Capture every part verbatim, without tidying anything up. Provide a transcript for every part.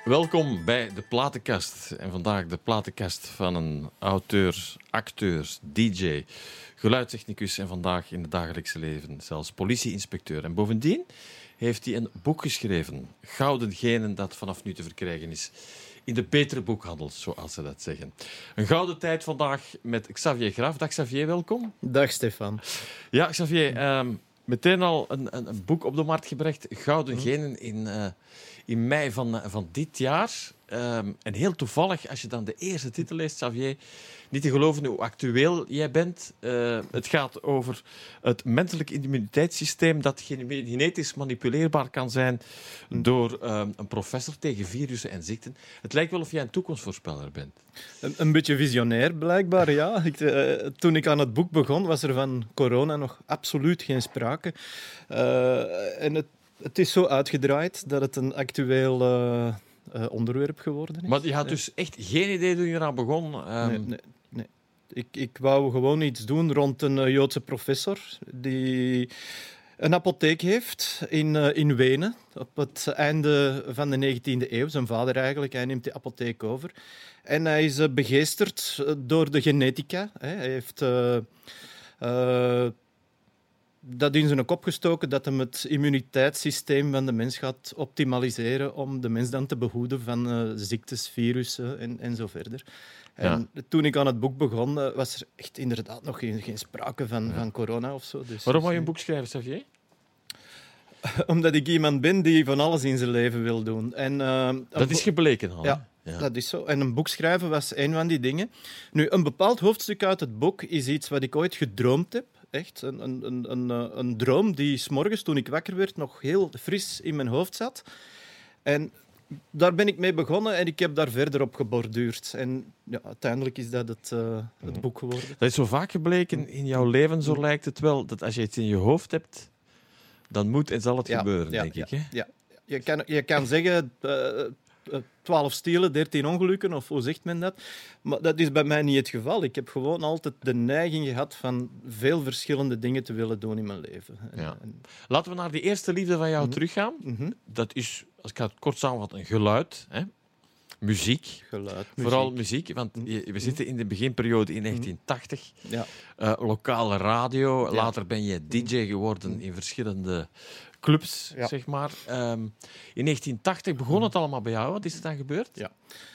Welkom bij de Platenkast. En vandaag de Platenkast van een auteur, acteur, D J, geluidstechnicus en vandaag in het dagelijkse leven zelfs politieinspecteur. En bovendien heeft hij een boek geschreven, Gouden Genen, dat vanaf nu te verkrijgen is in de betere boekhandel, zoals ze dat zeggen. Een gouden tijd vandaag met Xavier Graaf. Dag Xavier, welkom. Dag Stefan. Ja, Xavier, um, meteen al een, een, een boek op de markt gebracht, Gouden Genen, in, uh, in mei van, uh, van dit jaar. Um, en heel toevallig, als je dan de eerste titel leest, Xavier, niet te geloven hoe actueel jij bent. Uh, het gaat over het menselijk immuniteitssysteem dat genetisch manipuleerbaar kan zijn door uh, een professor tegen virussen en ziekten. Het lijkt wel of jij een toekomstvoorspeller bent. Een, een beetje visionair, blijkbaar, ja. Ik, uh, toen ik aan het boek begon, was er van corona nog absoluut geen sprake. Uh, en het, het is zo uitgedraaid dat het een actueel Uh, Uh, onderwerp geworden is. Maar je had dus echt geen idee toen je eraan begon? Um... Nee, nee, nee. Ik, ik wou gewoon iets doen rond een uh, Joodse professor die een apotheek heeft in, uh, in Wenen op het einde van de negentiende eeuw. Zijn vader eigenlijk, hij neemt die apotheek over. En hij is uh, begeesterd door de genetica. Hè. Hij heeft Uh, uh, dat in zijn kop gestoken dat hem het immuniteitssysteem van de mens gaat optimaliseren om de mens dan te behoeden van uh, ziektes, virussen en, en zo verder. En ja. Toen ik aan het boek begon, uh, was er echt inderdaad nog geen, geen sprake van, ja. van corona of zo. Dus, Waarom wou je een boek schrijven, Xavier? Omdat ik iemand ben die van alles in zijn leven wil doen. En, uh, dat is gebleken al. Ja. Ja, dat is zo. En een boek schrijven was een van die dingen. Nu, een bepaald hoofdstuk uit het boek is iets wat ik ooit gedroomd heb. Echt, een, een, een, een, een droom die 's morgens, toen ik wakker werd, nog heel fris in mijn hoofd zat. En daar ben ik mee begonnen en ik heb daar verder op geborduurd. En ja, uiteindelijk is dat het, uh, het boek geworden. Dat is zo vaak gebleken in jouw leven, zo lijkt het wel, dat als je iets in je hoofd hebt, dan moet en zal het ja, gebeuren, ja, denk ja, ik. Hè? Ja. Je kan, je kan zeggen Uh, twaalf stielen, dertien ongelukken, of hoe zegt men dat? Maar dat is bij mij niet het geval. Ik heb gewoon altijd de neiging gehad van veel verschillende dingen te willen doen in mijn leven. Ja. Laten we naar die eerste liefde van jou mm-hmm. teruggaan. Mm-hmm. Dat is, als ik het kort samenvat, een geluid. Hè? Muziek. Geluid, muziek. Vooral muziek, want we zitten in de beginperiode in negentien tachtig. Ja. Uh, lokale radio. Ja. Later ben je D J geworden in verschillende clubs, ja. zeg maar. Um, in negentien tachtig begon het allemaal bij jou. Wat is er dan gebeurd? Ja.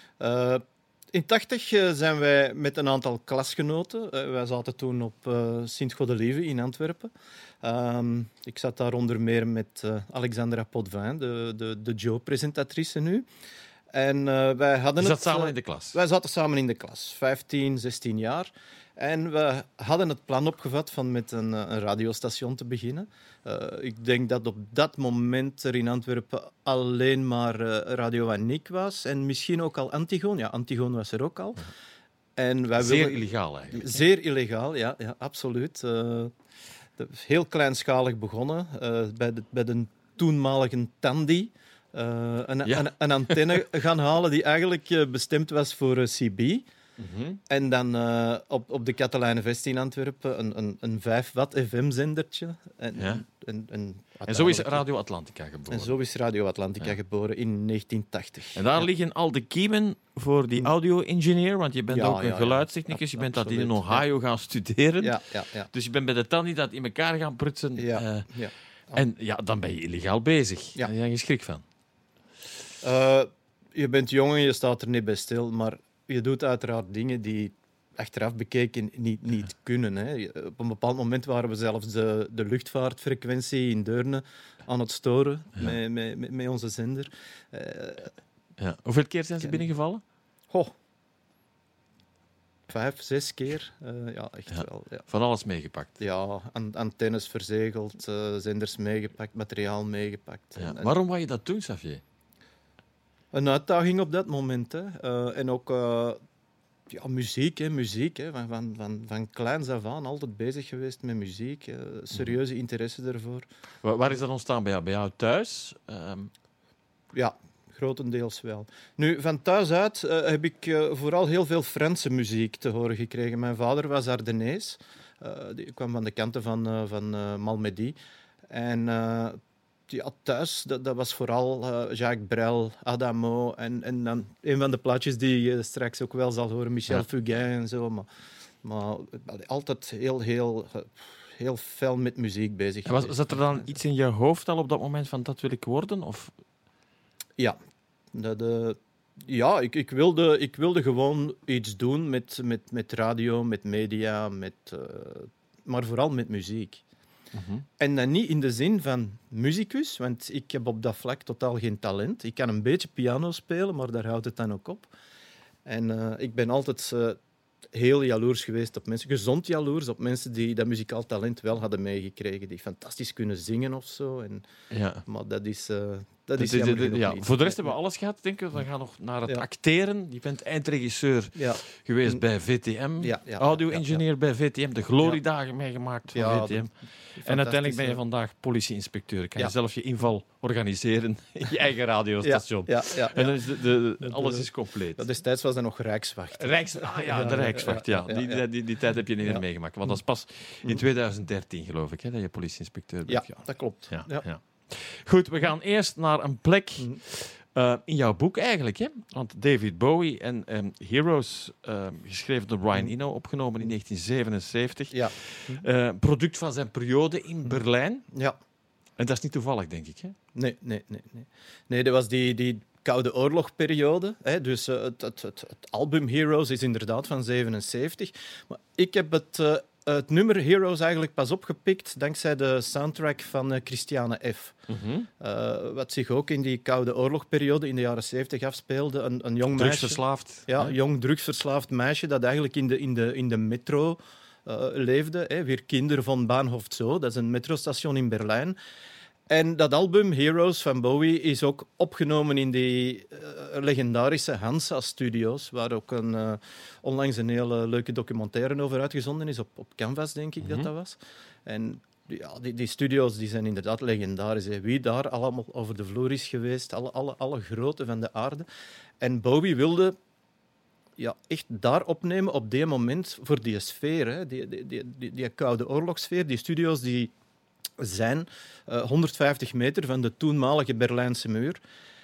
Uh, in tachtig uh, zijn wij met een aantal klasgenoten. Uh, wij zaten toen op uh, Sint-Godelieve in Antwerpen. Um, ik zat daar onder meer met uh, Alexandra Potvin, de, de, de Joe-presentatrice nu. En uh, wij hadden Je zat het, samen uh, in de klas? Wij zaten samen in de klas, vijftien, zestien jaar. En we hadden het plan opgevat van met een, een radiostation te beginnen. Uh, ik denk dat op dat moment er in Antwerpen alleen maar uh, Radio Annick was. En misschien ook al Antigoon. Ja, Antigoon was er ook al. Ja. En wij Zeer wilden... illegaal eigenlijk. Zeer illegaal, ja, ja absoluut. Uh, heel kleinschalig begonnen uh, bij, de, bij de toenmalige Tandy. Uh, een, ja. een, een antenne gaan halen die eigenlijk uh, bestemd was voor uh, C B. Mm-hmm. En dan uh, op, op de Katelijnenvest in Antwerpen een, een, een vijf watt F M-zendertje. En, ja. en, en, en, en zo is Radio Atlantica geboren. En zo is Radio Atlantica ja. geboren in negentien tachtig. En daar ja. liggen al de kiemen voor die audio-engineer, want je bent ja, ook een ja, geluidstechnicus. ja. Je bent Absoluut. dat in Ohio gaan studeren. Ja, ja, ja. Dus je bent bij de Tandy dat in elkaar gaan prutsen. Ja, uh, ja. Oh. En ja, dan ben je illegaal bezig. Ja. Daar heb je geen schrik van. Uh, je bent jong en je staat er niet bij stil, maar je doet uiteraard dingen die achteraf bekeken niet, niet kunnen. Hè. Op een bepaald moment waren we zelfs de, de luchtvaartfrequentie in Deurne aan het storen ja. met, met, met onze zender. Uh, ja. Hoeveel keer zijn ze ken... binnengevallen? Goh. Vijf, zes keer. Uh, ja, echt ja. wel. Ja. Van alles meegepakt? Ja, antennes verzegeld, uh, zenders meegepakt, materiaal meegepakt. Ja. En, Waarom wou je dat doen, Xavier? Een uitdaging op dat moment. Hè. Uh, en ook uh, ja, muziek, hè, muziek hè. Van, van, van, van kleins af aan altijd bezig geweest met muziek. Uh, serieuze interesse ervoor. Waar, waar is dat ontstaan bij jou? Bij jou thuis? Um... Ja, grotendeels wel. Nu, van thuis uit uh, heb ik uh, vooral heel veel Franse muziek te horen gekregen. Mijn vader was Ardennees. Uh, die kwam van de kanten van, uh, van uh, Malmedy. En uh, ja, thuis, dat, dat was vooral uh, Jacques Brel, Adamo en, en dan een van de plaatjes die je straks ook wel zal horen, Michel ja. Fugain en zo. Maar, maar altijd heel, heel, heel fel met muziek bezig. En was, zat er dan iets in je hoofd al op dat moment van dat wil ik worden? Of? Ja, dat... Uh, Ja, ik, ik, wilde, ik wilde gewoon iets doen met, met, met radio, met media, met, uh, maar vooral met muziek. Mm-hmm. En dan niet in de zin van muzikus, want ik heb op dat vlak totaal geen talent. Ik kan een beetje piano spelen, maar daar houdt het dan ook op. En uh, ik ben altijd uh, heel jaloers geweest op mensen, gezond jaloers op mensen die dat muzikaal talent wel hadden meegekregen, die fantastisch kunnen zingen of zo. En, ja. Maar dat is... Uh, Dat is de, de, de, ja. niet. Voor de rest hebben we alles gehad, denk ik. We gaan nog naar het ja. acteren. Je bent eindregisseur ja. geweest en, bij V T M. Ja, ja, audio-engineer ja, ja. bij V T M. De gloriedagen ja. meegemaakt van ja, V T M. En uiteindelijk ben je vandaag politieinspecteur. Kan ja. je zelf je inval organiseren in je eigen radiostation. Ja, ja, ja, ja. En dan is de, de, de, alles is compleet. Dat destijds was dat nog Rijkswacht. Rijks, ah ja, de Rijkswacht. Ja. Ja, ja, ja. Die, die, die, die tijd heb je niet meer ja. meegemaakt. Want dat is pas in twintig dertien, geloof ik, hè, dat je politieinspecteur bent. Ja, dat klopt. Ja, ja. Ja. Goed, we gaan eerst naar een plek uh, in jouw boek eigenlijk. Hè? Want David Bowie en um, Heroes, uh, geschreven door Brian Eno, opgenomen in negentien zevenenzeventig. Ja. Uh, product van zijn periode in Berlijn. Ja. En dat is niet toevallig, denk ik. Hè? Nee, nee, nee. Nee, nee dat was die, die Koude Oorlogperiode. Hè? Dus uh, het, het, het, het album Heroes is inderdaad van zevenenzeventig. Maar ik heb het... Uh, Het nummer Heroes eigenlijk pas opgepikt dankzij de soundtrack van uh, Christiane F. Mm-hmm. Uh, wat zich ook in die Koude Oorlogperiode in de jaren zeventig afspeelde. Een, een jong meisje, drugsverslaafd. Ja, een jong drugsverslaafd meisje dat eigenlijk in de, in de, in de metro uh, leefde. Hè. Weer Kinder van Bahnhof Zoo. Dat is een metrostation in Berlijn. En dat album, Heroes van Bowie, is ook opgenomen in die uh, legendarische Hansa-studio's, waar ook een, uh, onlangs een hele leuke documentaire over uitgezonden is, op, op Canvas, denk ik mm-hmm. dat dat was. En ja, die, die studio's die zijn inderdaad legendarisch. Hè. Wie daar allemaal over de vloer is geweest, alle, alle, alle groten van de aarde. En Bowie wilde ja, echt daar opnemen op die moment voor die sfeer, hè. Die, die, die, die, die Koude Oorlogssfeer, die studio's die... zijn uh, honderdvijftig meter van de toenmalige Berlijnse muur.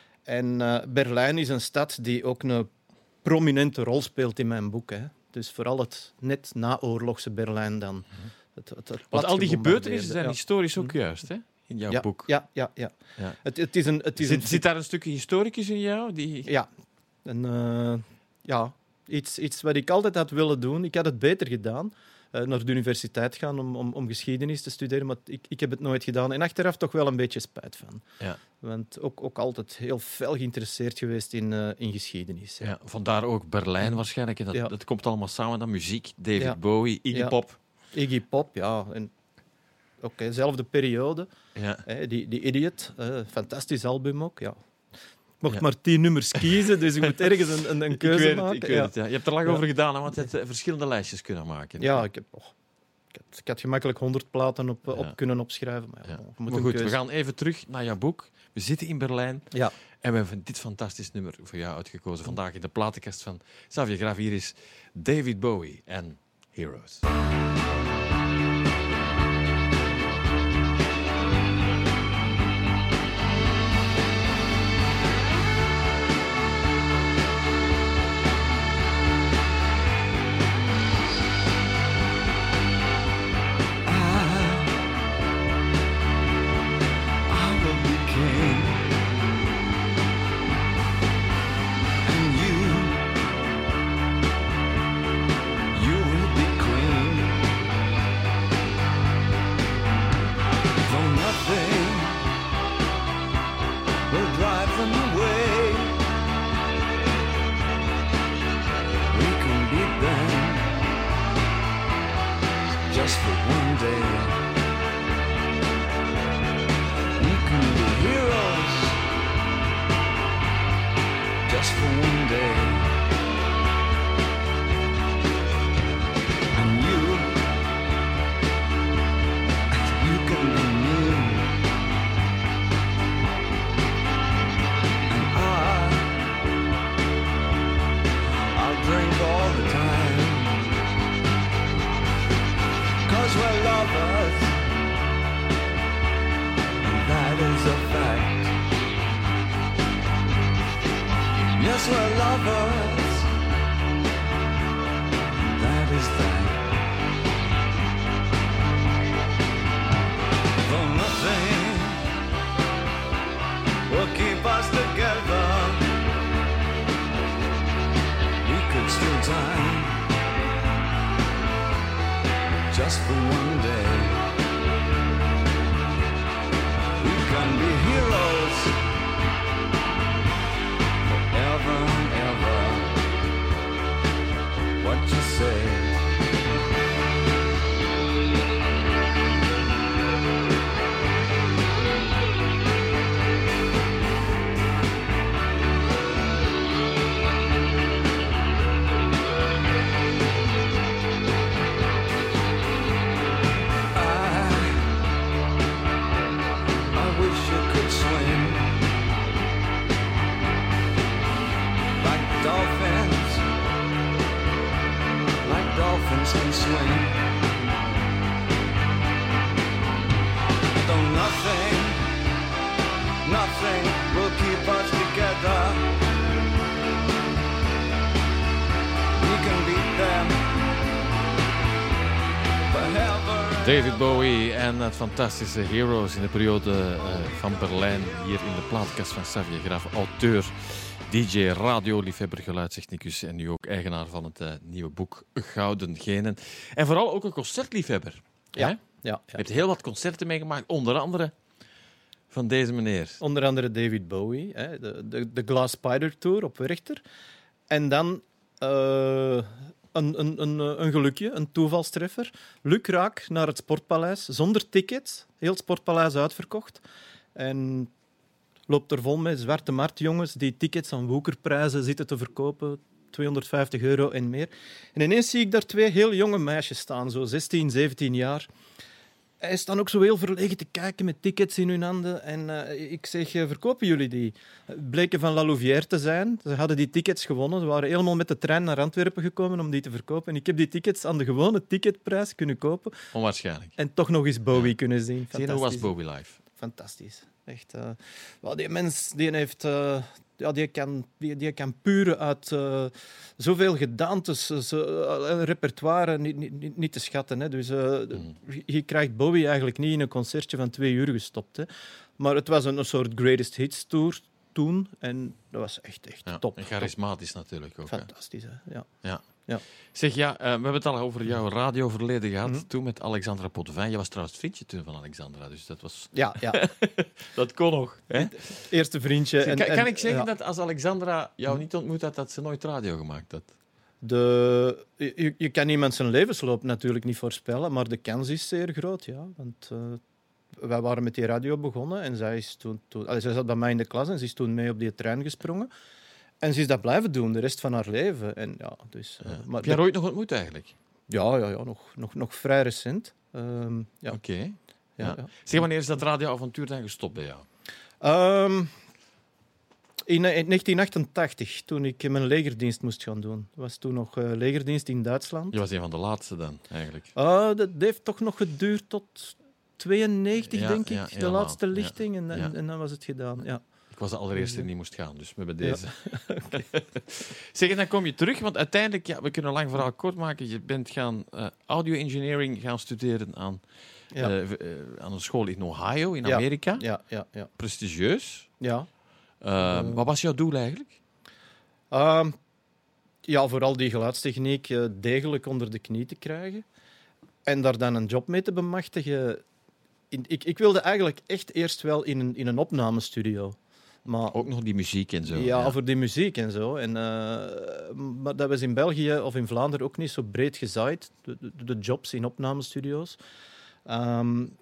En uh, Berlijn is een stad die ook een prominente rol speelt in mijn boek. Hè. Dus vooral het net naoorlogse Berlijn dan. Het, het, het Want al die gebeurtenissen zijn ja. historisch ook juist, hè? In jouw ja, boek. Ja, ja, ja. ja. Het, het is een, het is zit, een... zit daar een stukje historicus in jou? Die... Ja. En, uh, ja. Iets, iets wat ik altijd had willen doen. Ik had het beter gedaan. Uh, naar de universiteit gaan om, om, om geschiedenis te studeren, maar ik, ik heb het nooit gedaan. En achteraf toch wel een beetje spijt van. Ja. Want ook, ook altijd heel fel geïnteresseerd geweest in, uh, in geschiedenis. Ja. Ja, vandaar ook Berlijn waarschijnlijk. Dat, ja. dat komt allemaal samen, dan muziek, David ja. Bowie, Iggy ja. Pop. Iggy Pop, ja. En oké, okay, dezelfde periode. Ja. Hè, die, die Idiot, uh, fantastisch album ook, ja. Ik mocht ja. maar tien nummers kiezen, dus ik moet ergens een, een, een keuze ik weet het, maken. Ik weet ja. het, ja. Je hebt er lang ja. over gedaan, hè, want je hebt verschillende lijstjes kunnen maken. Ja, ik, heb, oh, ik, had, ik had gemakkelijk honderd platen op, ja. op kunnen opschrijven. Maar, ja, ja. maar goed, keuze. We gaan even terug naar jouw boek. We zitten in Berlijn ja. en we hebben dit fantastisch nummer voor jou uitgekozen. Vandaag in de platenkast van Xavier Graaf. Hier is David Bowie en Heroes. others. That is that. Though nothing will keep us together, we could still die just for one day. We can be heroes forever and ever. What you say? Can swim. Though nothing, nothing will keep us together. We can beat them forever. David Bowie en het fantastische Heroes in de periode uh, van Berlijn. Hier in de plaatkast van Xavier Graff, auteur, D J, radioliefhebber, geluidstechnicus en nu ook eigenaar van het uh, nieuwe boek Gouden Genen. En vooral ook een concertliefhebber. Ja, Hè? ja, ja. Je hebt heel wat concerten meegemaakt, onder andere van deze meneer. Onder andere David Bowie, hè, de, de, de Glass Spider Tour op Werchter. En dan uh, een, een, een, een gelukje, een toevalstreffer. Luc Raak naar het Sportpaleis, zonder tickets. Heel het Sportpaleis uitverkocht. En loopt er vol met zwarte marktjongens die tickets aan woekerprijzen zitten te verkopen. tweehonderdvijftig euro en meer. En ineens zie ik daar twee heel jonge meisjes staan, zo zestien, zeventien jaar. Hij staan ook zo heel verlegen te kijken met tickets in hun handen. En uh, ik zeg, uh, verkopen jullie die? Het bleken van La Louvière te zijn. Ze hadden die tickets gewonnen. Ze waren helemaal met de trein naar Antwerpen gekomen om die te verkopen. En ik heb die tickets aan de gewone ticketprijs kunnen kopen. Onwaarschijnlijk. En toch nog eens Bowie ja. kunnen zien. Zie je, hoe was Bowie live? Fantastisch. Echt, uh, well, die mens die heeft... Uh, Ja, die, kan, die, die kan puren uit uh, zoveel gedaantes, uh, een repertoire niet, niet, niet te schatten. Hè. Dus uh, mm. je krijgt Bowie eigenlijk niet in een concertje van twee uur gestopt. Hè. Maar het was een, een soort greatest hits tour toen en dat was echt, echt ja, top. En charismatisch top. Natuurlijk ook. Fantastisch, hè. Ja. Ja. Ja. Zeg, ja, uh, we hebben het al over jouw radioverleden gehad, mm-hmm. toen met Alexandra Potvin. Je was trouwens het vriendje toen van Alexandra, dus dat was... Ja, ja. Dat kon nog. Hè? Eerste vriendje. Zeg, en, kan, en, kan ik zeggen ja. dat als Alexandra jou niet ontmoet had, dat ze nooit radio gemaakt had? De, je, je kan iemand zijn levensloop natuurlijk niet voorspellen, maar de kans is zeer groot, ja. Want uh, wij waren met die radio begonnen en zij, is toen, toen, allee, zij zat bij mij in de klas en ze is toen mee op die trein gesprongen. En ze is dat blijven doen, de rest van haar leven. En, ja, dus, uh, ja. maar Heb je haar ooit nog ontmoet eigenlijk? Ja, ja, ja nog, nog, nog vrij recent. Um, ja. Oké. Okay. Ja, ja. ja. Zeg, wanneer is dat radioavontuur dan gestopt bij jou? Um, in, in negentien achtentachtig, toen ik mijn legerdienst moest gaan doen. Dat was toen nog uh, legerdienst in Duitsland. Je was een van de laatste dan, eigenlijk? Uh, dat heeft toch nog geduurd tot tweeënnegentig, ja, denk ik. Ja, de laatste lichting. Ja, en, en, ja. en dan was het gedaan, ja. Ik was de allereerste die niet moest gaan, dus we hebben deze. Ja. Okay. Zeg, en dan kom je terug, want uiteindelijk, ja, we kunnen een lang verhaal kort maken. Je bent gaan uh, audio engineering gaan studeren aan, ja. uh, uh, aan een school in Ohio, in ja. Amerika. Ja, ja, ja. Prestigieus. Ja. Uh, uh, wat was jouw doel eigenlijk? Uh, ja, vooral die geluidstechniek uh, degelijk onder de knie te krijgen. En daar dan een job mee te bemachtigen. In, ik, ik wilde eigenlijk echt eerst wel in een, in een opnamestudio. Maar, ook nog die muziek en zo. Ja, ja. voor die muziek en zo. En, uh, maar dat was in België of in Vlaanderen ook niet zo breed gezaaid, de, de, de jobs in opnamestudio's. Um,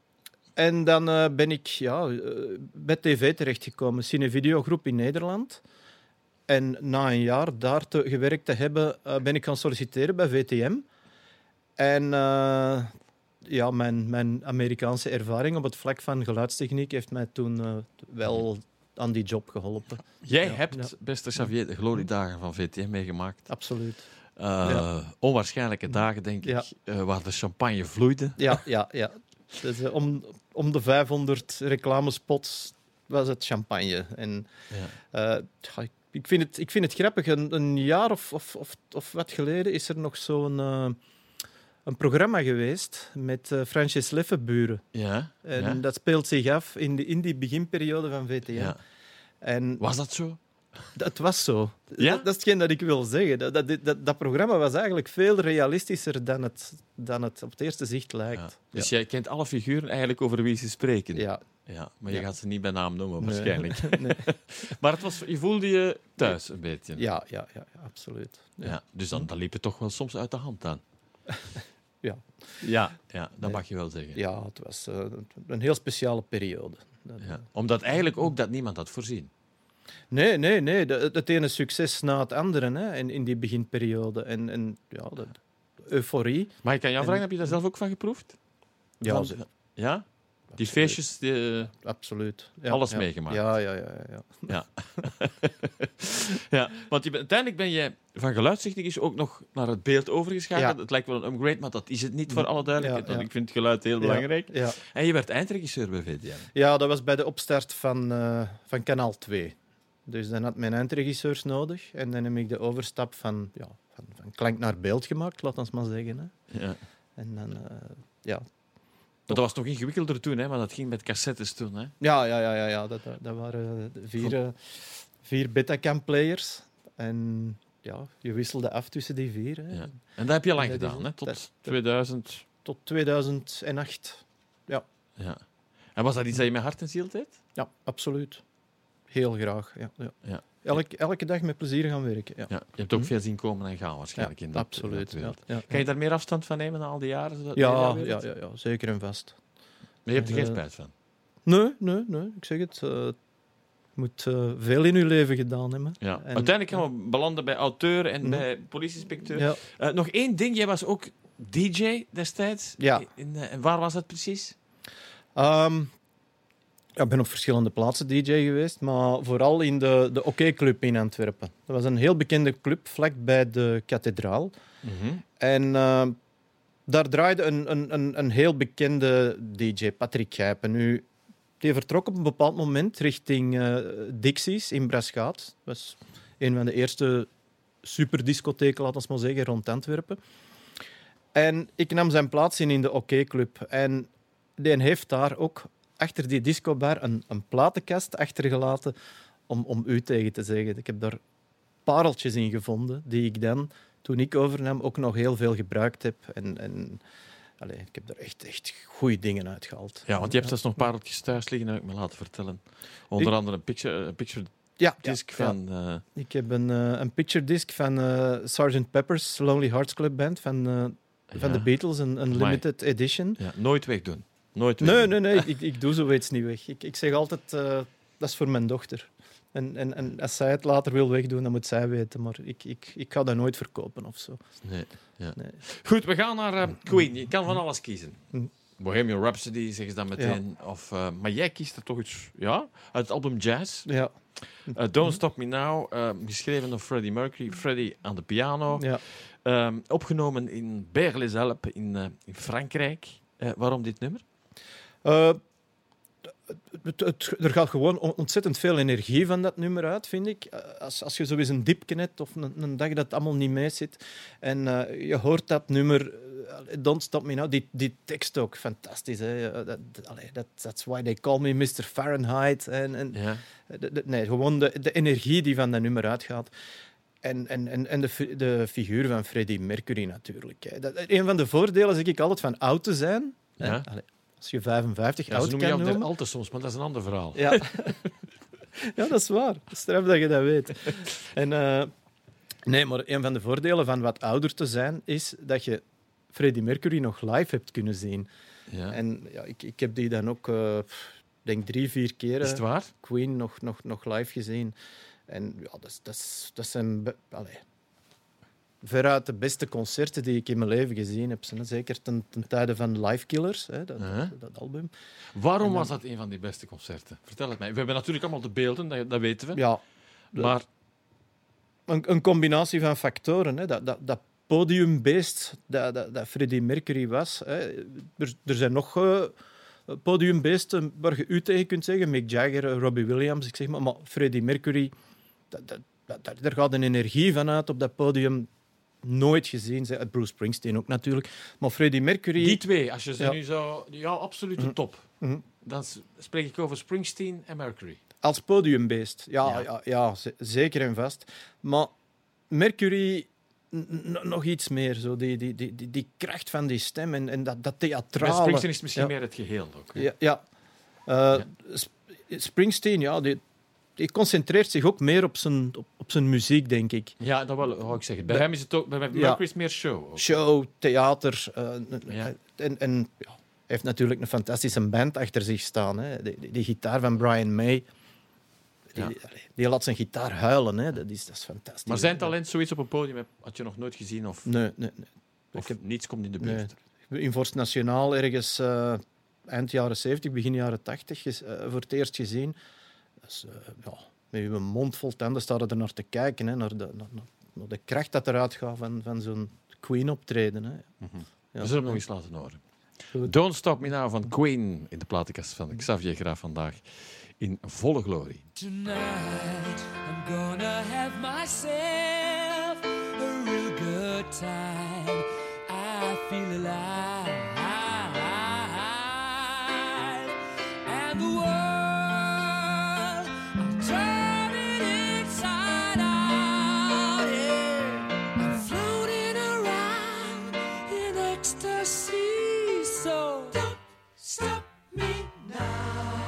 en dan uh, ben ik ja, uh, bij tv terechtgekomen, Cinevideogroep in Nederland. En na een jaar daar te, gewerkt te hebben, uh, ben ik gaan solliciteren bij V T M. En uh, ja, mijn, mijn Amerikaanse ervaring op het vlak van geluidstechniek heeft mij toen uh, wel aan die job geholpen. Jij ja, hebt, ja. beste Xavier, de gloriedagen van V T M meegemaakt. Absoluut. Uh, ja. Onwaarschijnlijke dagen, denk ja. ik, uh, waar de champagne vloeide. Ja, ja, ja. Dus, uh, om, om de vijfhonderd reclamespots was het champagne. En, ja. uh, ik, vind het, ik vind het grappig. Een, een jaar of, of, of, of wat geleden is er nog zo'n uh, een programma geweest met uh, Francis Leffenburen. Ja, En ja. dat speelt zich af in, de, in die beginperiode van V T M. Ja. En Was dat zo? dat was zo. Ja? Dat, dat is hetgeen dat ik wil zeggen. Dat, dat, dat, dat programma was eigenlijk veel realistischer dan het, dan het op het eerste zicht lijkt. Ja. Dus jij kent alle figuren eigenlijk over wie ze spreken? Ja. Ja, maar je Ja. gaat ze niet bij naam noemen, Nee. waarschijnlijk. Nee. Maar het was, je voelde je thuis een beetje. Ja, ja, ja, ja, absoluut. Ja. Ja. Dus dan, dan liep het toch wel soms uit de hand aan. Ja. Ja, ja dat Nee. mag je wel zeggen. Ja, het was uh, een heel speciale periode. Dat, Ja. Omdat eigenlijk ook dat niemand had voorzien. Nee, nee, nee. De, het ene succes na het andere hè, in, in die beginperiode. En, en ja, de, de euforie. Maar ik kan jou En- vragen, heb je daar zelf ook van geproefd? Ja, Van- ze- ja? Die absoluut. feestjes, die, Absoluut. Ja, Alles ja. meegemaakt. Ja, ja, ja. ja, ja. ja. ja, want je bent, uiteindelijk ben je van geluidstechnicus ook nog naar het beeld overgeschakeld. Ja. Het lijkt wel een upgrade, maar dat is het niet voor alle duidelijkheid. Ja, ja. Want ik vind het geluid heel belangrijk. Ja, ja. En je werd eindregisseur bij V T M. Ja, dat was bij de opstart van, uh, van Kanaal twee. Dus dan had mijn eindregisseurs nodig. En dan heb ik de overstap van, ja, van, van klank naar beeld gemaakt, laat ons maar zeggen. Hè. Ja. En dan, uh, ja. Dat was nog ingewikkelder toen, hè, maar dat ging met cassettes toen. Hè. Ja, ja, ja, ja, ja. Dat, dat, dat waren uh, vier, uh, vier Betacam-players. En ja, je wisselde af tussen die vier. Hè. Ja. En dat heb je lang Dat is- gedaan, hè, tot dat- tweeduizend. Tot tweeduizend acht. Ja. En was dat iets dat je met hart en ziel deed? Ja, absoluut. Heel graag. Ja, ja. Ja. Elke, elke dag met plezier gaan werken. Ja, Ja. Je hebt ook Hm. veel zien komen en gaan waarschijnlijk in dat, absoluut. in dat wereld. Ja, ja, Kan je daar meer afstand van nemen na al die jaren? zodat- ja, mediawereld? ja, ja, ja, zeker en vast. Maar je hebt er geen Eh, spijt van? Nee, nee, nee. Ik zeg het. uh, je moet uh, veel in je leven gedaan hebben. Ja. En- Uiteindelijk gaan we belanden bij auteur en Mhm. bij politieinspecteur. Ja. Uh, nog één ding, jij was ook D J destijds. Ja. In, uh, en waar was dat precies? Um, ja, ik ben op verschillende plaatsen D J geweest, maar vooral in de, de OK-club in Antwerpen. Dat was een heel bekende club, vlak bij de kathedraal. En uh, daar draaide een, een, een, een heel bekende D J, Patrick Gijpen. Nu, die vertrok op een bepaald moment richting uh, Dixie's in Braschaat. Dat was een van de eerste superdiscotheken, laten we maar zeggen, rond Antwerpen. En ik nam zijn plaats in in de OK-club. En die heeft daar ook achter die discobar een, een platenkast achtergelaten om, om u tegen te zeggen. Ik heb daar pareltjes in gevonden die ik dan, toen ik overnam, ook nog heel veel gebruikt heb. En, en allee, ik heb daar echt, echt goede dingen uitgehaald. Ja, want je hebt dus nog pareltjes thuis liggen, heb ik me laten vertellen. Onder Ik- andere een picture, een picture Ja, disc ja, van... eh, Ik heb een, uh, een picture disc van uh, sergeant Pepper's Lonely Hearts Club Band van, uh, van ja. de Beatles, een, een Amai. limited edition. Ja, nooit wegdoen. Nooit Nee, wegdoen. nee, nee, ik, ik doe zoiets niet weg. Ik, ik zeg altijd, uh, dat is voor mijn dochter. En, en, en als zij het later wil wegdoen, dan moet zij weten. Maar ik, ik, ik ga dat nooit verkopen of zo. Nee, ja. Nee. Goed, we gaan naar uh, Queen. Je kan van alles kiezen. Mm. Bohemian Rhapsody, zeggen ze dan meteen. Of, uh, maar jij kiest er toch iets ja, uit het album Jazz. Ja. Uh, Don't Stop Me Now, uh, geschreven door Freddie Mercury. Freddie aan de piano. Ja. Um, opgenomen in Berge-les-Alpes in, uh, in Frankrijk. Uh, waarom dit nummer? Uh, het, het, er gaat gewoon ontzettend veel energie van dat nummer uit, vind ik. Als, als je zo eens een dipje hebt of een, een dag dat het allemaal niet mee zit en uh, je hoort dat nummer, uh, Don't Stop Me Now, die, die tekst ook fantastisch. Hè? Dat, allee, that, that's why they call me mister Fahrenheit. En, en, Ja. de, de, nee, gewoon de, de energie die van dat nummer uitgaat. En, en, en, en de, de figuur van Freddie Mercury natuurlijk. Hè. Dat, een van de voordelen, zeg ik altijd, van oud te zijn. Ja. Hè? Allee, als je vijfenvijftig Ja, ze oud noemen kan jou der noemen. Alte soms, maar dat is een ander verhaal. Ja. Ja, dat is waar. Straf dat je dat weet. En, uh, nee, maar een van de voordelen van wat ouder te zijn is dat je Freddie Mercury nog live hebt kunnen zien. Ja. En ja, ik, ik heb die dan ook, uh, denk drie, vier keer Is het waar? Queen nog, nog, nog live gezien. En ja, dat, is- dat, is- dat zijn be- allee, veruit de beste concerten die ik in mijn leven gezien heb. Hè. Zeker ten, ten tijde van Live Killers, hè, dat, Uh-huh. dat, dat album. Waarom En dan- was dat een van die beste concerten? Vertel het mij. We hebben natuurlijk allemaal de beelden, dat, dat weten we. Ja, dat- Maar een, een combinatie van factoren. Hè. Dat, dat, dat podiumbeest dat, dat, dat Freddie Mercury was. Hè. Er, er zijn nog uh, podiumbeesten waar je u tegen kunt zeggen. Mick Jagger, uh, Robbie Williams, ik zeg maar. Maar Freddie Mercury, dat, dat, daar, daar gaat een energie van uit op dat podium. Nooit gezien. Zeg. Bruce Springsteen ook natuurlijk. Maar Freddie Mercury... Die twee, als je ze Ja. nu zo... Ja, absoluut de top. Mhm. Dan s- spreek ik over Springsteen en Mercury. Als podiumbeest. Ja, Ja. ja. Ja, z- zeker en vast. Maar Mercury... n- n- nog iets meer. Zo die, die, die, die, die kracht van die stem en, en dat, dat Bij theatrale... Springsteen is het misschien Ja. meer het geheel ook. hè. Ja, ja. Uh, Sp- Springsteen, ja, die, die concentreert zich ook meer op zijn, op, op zijn muziek, denk ik. Ja, dat wil wou ik zeggen. Bij Bij- hem is het ook... Bij Mercury Ja. is het meer show. Ook. Show, theater. uh, Ja. En, en ja, hij heeft natuurlijk een fantastische band achter zich staan. Hè. Die, die, die gitaar van Brian May, die, Ja. die laat zijn gitaar huilen. Hè. Dat, is, dat is fantastisch. Maar zijn talent zoiets op een podium heb- had je nog nooit gezien? Of, Nee, nee, nee. of ik heb- niets komt in de nee. buurt? In Vorst Nationaal ergens uh, eind jaren zeventig, begin jaren tachtig uh, voor het eerst gezien. Dus, uh, ja, met je mond vol tanden staat er naar te kijken, hè, naar, de, naar, naar de kracht dat eruit gaat van, van zo'n Queen-optreden. Hè. Mhm. Ja. We zullen hem nog eens laten horen. Goed. Don't Stop Me Now van Queen in de platenkast van Xavier Graaf vandaag in volle glorie. Tonight I'm gonna have myself a real good time. I feel alive, and the world I'm turning inside out. Yeah, I'm floating around in ecstasy. So don't stop me now.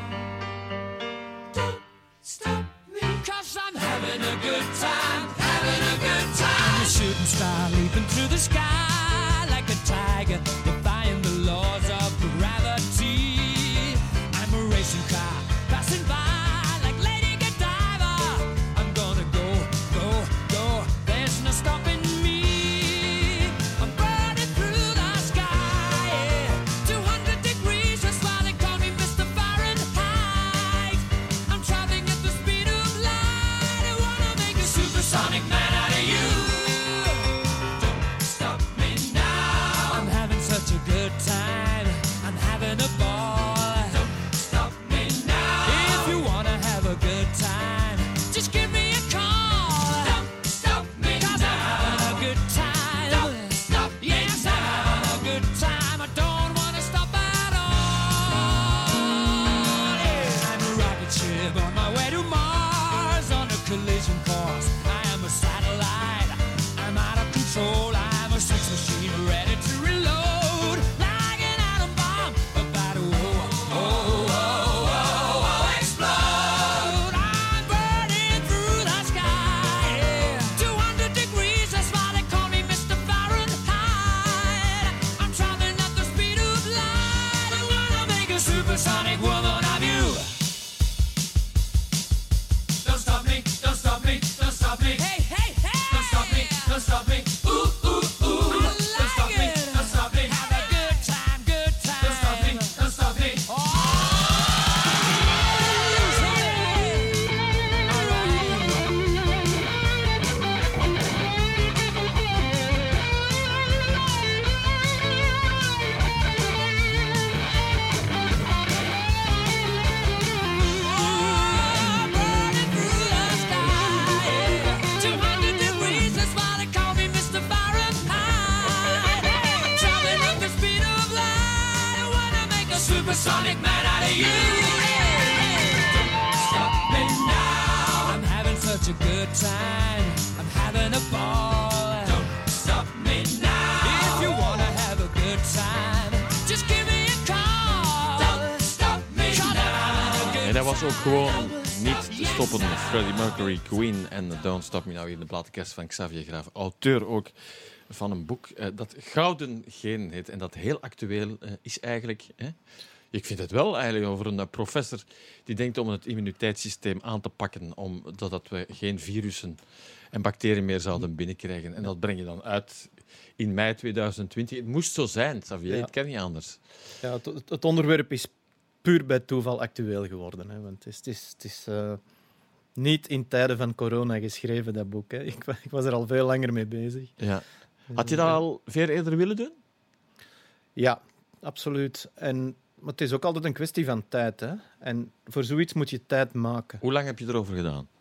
Don't stop me, 'cause I'm having a good time, having a good time. I'm a shooting star leaping through the sky like a tiger, defying the laws of gravity. I'm a racing car passing by like Lady Godiva. I'm gonna go, go, go. There's no stopping me. I'm burning through the sky, yeah. two hundred degrees, that's why they call me Mister Fahrenheit. I'm traveling at the speed of light. I wanna make a supersonic man out of you. Don't stop me now. I'm having such a good time. I'm having a ball. Don't stop me now. If you wanna have a good time, just give me a call. Don't stop me now. 'Cause I'm having a good time. Don't stop me now. Yes, I'm having a good time. I don't wanna stop at all. Yeah. I'm a rocket ship on my way to Mars on a collision course. I am a satellite. I'm out of control. I'm a sex machine ready to reload. Like an atom bomb about to oh, oh, oh, oh, oh, explode. I'm burning through the sky. Yeah. two hundred degrees, that's why they call me Mister Fahrenheit. I'm traveling at the speed of light. I wanna make a supersonic woman of you. Don't stop me, don't stop me, don't stop me. Hey, hey, hey! Don't stop me, don't stop me. Ooh, ooh, ooh. Don't stop me, don't stop me. Have a good time, good time. Don't stop me, don't stop me. Oh! Supersonic man out of you. Don't stop me now. I'm having such a good time. I'm having a ball. Don't stop me now. If you wanna have a good time, just give me a call. Don't stop me now. En dat was ook gewoon niet te stoppen. Freddie Mercury, Queen en Don't Stop Me Now hier in de platenkast van Xavier Graaf. Auteur ook van een boek eh, dat Gouden Genen heet en dat heel actueel eh, is eigenlijk. Hè? Ik vind het wel eigenlijk over een uh, professor die denkt om het immuniteitssysteem aan te pakken, om, zodat we geen virussen en bacteriën meer zouden binnenkrijgen. En dat breng je dan uit in mei tweeduizend twintig. Het moest zo zijn, Xavier. Ja. Het kan niet anders. Ja, het, het- het onderwerp is puur bij toeval actueel geworden. Hè, want het is, het is, het is eh, niet in tijden van corona geschreven, dat boek. Hè. Ik, wa- ik was er al veel langer mee bezig. Ja. Had je dat al veel eerder willen doen? Ja, absoluut. En, maar het is ook altijd een kwestie van tijd. Hè. En voor zoiets moet je tijd maken. Hoe lang heb je erover gedaan?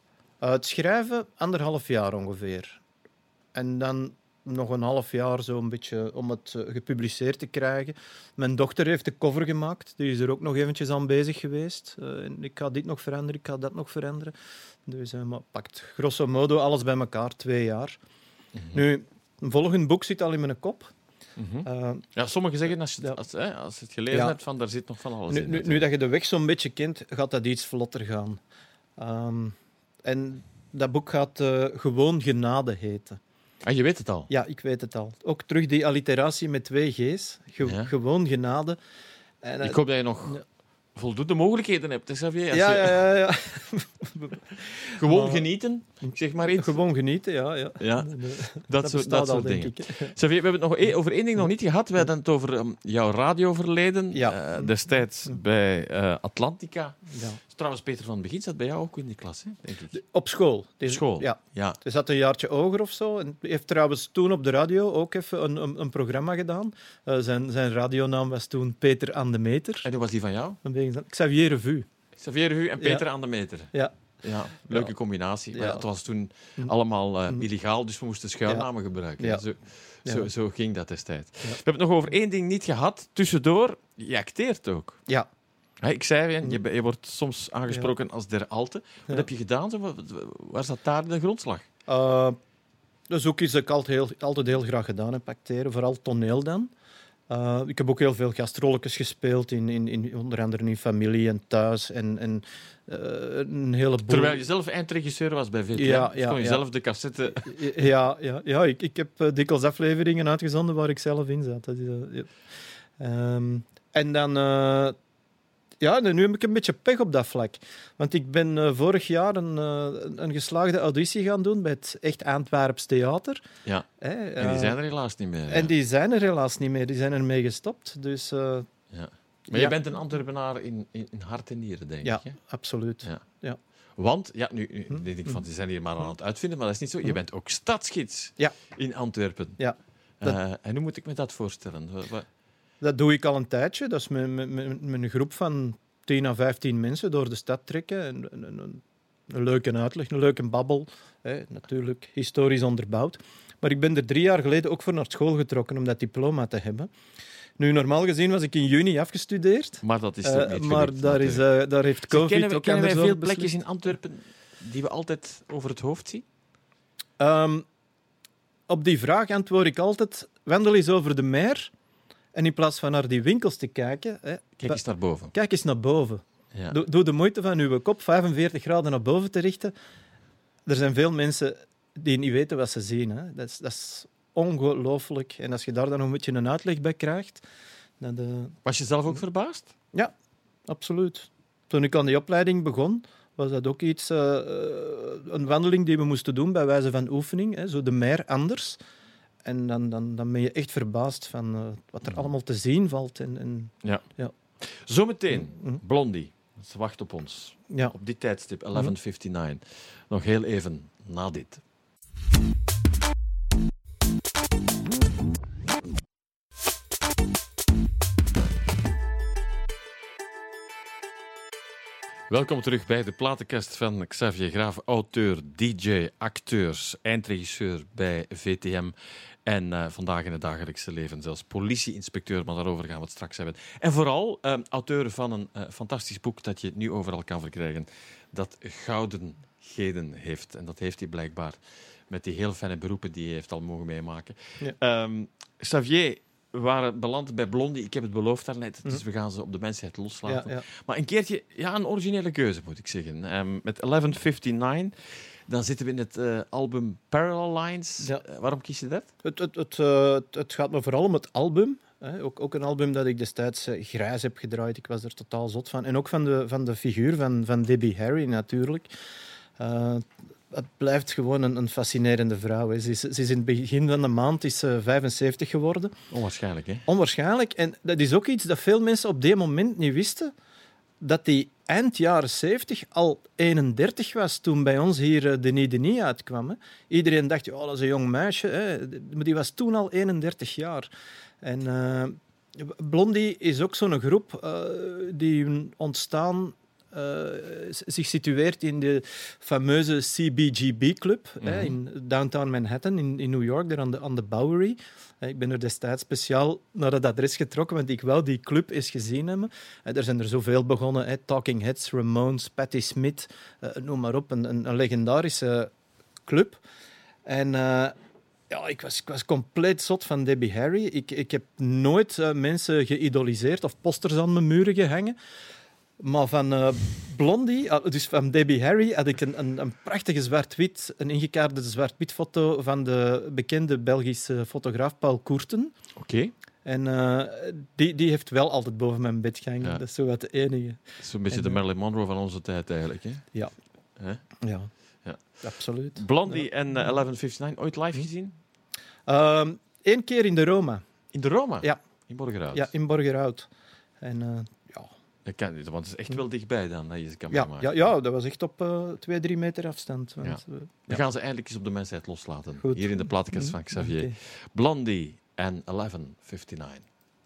Uh, het schrijven, anderhalf jaar ongeveer. En dan nog een half jaar zo een beetje om het uh, gepubliceerd te krijgen. Mijn dochter heeft de cover gemaakt. Die is er ook nog eventjes aan bezig geweest. Uh, en ik ga dit nog veranderen, ik ga dat nog veranderen. Dus uh, maar pakt grosso modo alles bij elkaar, twee jaar. Mm-hmm. Nu, een volgend boek zit al in mijn kop. Mm-hmm. Uh, ja, sommigen zeggen, als je, ja. als, hè, als je het gelezen ja. hebt, van daar zit nog van alles nu, in. Nu, nu dat je de weg zo'n beetje kent, gaat dat iets vlotter gaan. Um, en dat boek gaat uh, Gewoon Genade heten. Ah, je weet het al? Ja, ik weet het al. Ook terug die alliteratie met twee G's. Ge- ja. Gewoon Genade. En, uh, ik hoop dat je nog... Ja. voldoende mogelijkheden hebt, Xavier. Als ja, je... ja, ja, ja. Gewoon maar, genieten, zeg maar iets. Gewoon genieten, ja. ja. ja. Dat, dat soort, dat al, soort dingen. Ik. Xavier, we hebben het nog e- over één ding nog niet gehad. We hadden het over um, jouw radioverleden. Ja. Uh, destijds mm. bij uh, Atlantica. Ja. Trouwens, Peter van het Begin zat bij jou ook in die klas, hè, denk ik. De, op school. Op school, ja. ja. Hij zat een jaartje hoger of zo. En heeft trouwens toen op de radio ook even een, een, een programma gedaan. Uh, zijn, zijn radionaam was toen Peter aan de Meter. En hoe was die van jou? Xavier Revue. Xavier Revue en Peter ja. aan de Meter. Ja. Ja, leuke ja. combinatie. Maar ja. het was toen mm. allemaal uh, illegaal, dus we moesten schuilnamen ja. gebruiken. Ja. Zo, zo, ja. zo ging dat destijds. Ja. We hebben het nog over één ding niet gehad. Tussendoor, je acteert ook. Ja. Hey, ik zei, je, je wordt soms aangesproken ja. als der Alte. Wat ja. heb je gedaan? Zo? Waar zat daar de grondslag? Uh, dat is ook iets dat ik altijd heel, altijd heel graag gedaan heb, acteren. Vooral toneel dan. Uh, ik heb ook heel veel gastrolletjes gespeeld, in, in, in, onder andere in Familie en Thuis. En, en, uh, een heleboel... Terwijl je zelf eindregisseur was bij V T M, ja, dus ja, kon je ja. zelf de cassette... Ja, ja, ja ik, ik heb uh, dikwijls afleveringen uitgezonden waar ik zelf in zat. Dat is, uh, ja. um, en dan... Uh, ja, nu heb ik een beetje pech op dat vlak. Want ik ben uh, vorig jaar een, uh, een geslaagde auditie gaan doen bij het Echt Antwerps Theater. Ja, eh, uh, en die zijn er helaas niet meer. En ja. die zijn er helaas niet meer. Die zijn ermee gestopt. Dus, uh, ja. Maar je ja. bent een Antwerpenaar in, in, in hart en nieren, denk ja, ik. Ja, absoluut. Ja. Ja. Want, ja, nu, nu hm? denk ik van, die zijn hier maar aan het uitvinden, maar dat is niet zo. Je bent ook stadsgids ja. in Antwerpen. Ja. Dat... Uh, en hoe moet ik me dat voorstellen? Dat doe ik al een tijdje. Dat is met, met, met, met een groep van tien à vijftien mensen door de stad trekken. En, en, en, een leuke uitleg, een leuke babbel. Hè, natuurlijk historisch onderbouwd. Maar ik ben er drie jaar geleden ook voor naar school getrokken om dat diploma te hebben. Nu, normaal gezien was ik in juni afgestudeerd. Maar dat is uh, ook niet Maar gelukt, daar, is, uh, daar heeft COVID kennen we, ook kennen wij veel beslist. plekjes in Antwerpen die we altijd over het hoofd zien? Um, op die vraag antwoord ik altijd... Wandel eens over de meer... En in plaats van naar die winkels te kijken... Hè, kijk eens naar boven. Kijk eens naar boven. Ja. Doe, doe de moeite van uw kop vijfenveertig graden naar boven te richten. Er zijn veel mensen die niet weten wat ze zien. Hè. Dat is, dat is ongelooflijk. En als je daar dan nog een beetje een uitleg bij krijgt... Dan de... Was je zelf ook verbaasd? Ja, absoluut. Toen ik aan die opleiding begon, was dat ook iets... Uh, een wandeling die we moesten doen bij wijze van oefening. Hè, zo de meer anders... En dan, dan, dan ben je echt verbaasd van uh, wat er allemaal te zien valt. En, en, ja. Ja. Zometeen, mm-hmm. Blondie. Ze wacht op ons. Ja. Op dit tijdstip, elf vijfenvijftig. Mm-hmm. Nog heel even na dit. Welkom terug bij de platenkast van Xavier Graaf, auteur, D J, acteur, eindregisseur bij V T M en uh, vandaag in het dagelijkse leven zelfs politie-inspecteur, maar daarover gaan we het straks hebben. En vooral uh, auteur van een uh, fantastisch boek dat je nu overal kan verkrijgen, dat goudenheden heeft. En dat heeft hij blijkbaar met die heel fijne beroepen die hij heeft al mogen meemaken. Ja. Um, Xavier... We waren beland bij Blondie. Ik heb het beloofd daarnet, dus we gaan ze op de mensheid loslaten. Ja, ja. Maar een keertje, ja, een originele keuze, moet ik zeggen. Um, met elf vijfenvijftig, dan zitten we in het uh, album Parallel Lines. Ja. Uh, waarom kies je dat? Het, het, het, uh, het, het gaat me vooral om het album. Hè. Ook, ook een album dat ik destijds uh, grijs heb gedraaid. Ik was er totaal zot van. En ook van de, van de figuur van, van Debbie Harry, natuurlijk. Uh, Het blijft gewoon een, een fascinerende vrouw. Hè. Ze, is, ze is in het begin van de maand is ze vijfenzeventig geworden. Onwaarschijnlijk, hè? Onwaarschijnlijk. En dat is ook iets dat veel mensen op dit moment niet wisten. Dat die eind jaren zeventig al eenendertig was toen bij ons hier uh, Denis Denis uitkwam. Hè. Iedereen dacht, oh, dat is een jong meisje. Hè. Maar die was toen al eenendertig jaar. En uh, Blondie is ook zo'n groep uh, die ontstaan... uh, zich situeert in de fameuze C B G B-club mm-hmm. hè, in downtown Manhattan in, in New York, daar aan de, aan de Bowery. Ik ben er destijds speciaal naar dat adres getrokken, want ik wou die club eens gezien hebben. Er zijn er zoveel begonnen. Hè. Talking Heads, Ramones, Patti Smith, uh, noem maar op. Een, een, een legendarische club. En uh, ja, ik, was, ik was compleet zot van Debbie Harry. Ik, ik heb nooit uh, mensen geïdoliseerd of posters aan mijn muren gehangen. Maar van uh, Blondie, dus van Debbie Harry, had ik een, een, een prachtige zwart-wit, een ingekaarde zwart-wit foto van de bekende Belgische fotograaf Paul Koerten. Oké. Okay. En uh, die, die heeft wel altijd boven mijn bed gehangen. Ja. Dat is zo wat de enige. Zo'n beetje en, de Marilyn Monroe van onze tijd eigenlijk, hè? Ja. Hè? Ja. Ja, absoluut. Blondie ja. en uh, elf vijfenvijftig, ooit live gezien? Eén um, keer in de Roma. In de Roma? Ja. In Borgerhout? Ja, in Borgerhout. En uh, ja... Dat kan niet, want het is echt wel dichtbij dan dat je ze kan ja, maken. Ja, ja, dat was echt op uh, twee, drie meter afstand. Want, ja. uh, Dan ja. gaan ze eindelijk eens op de mensheid loslaten. Goed. Hier in de platenkast van Xavier. Okay. Blondie en elf vijfenvijftig.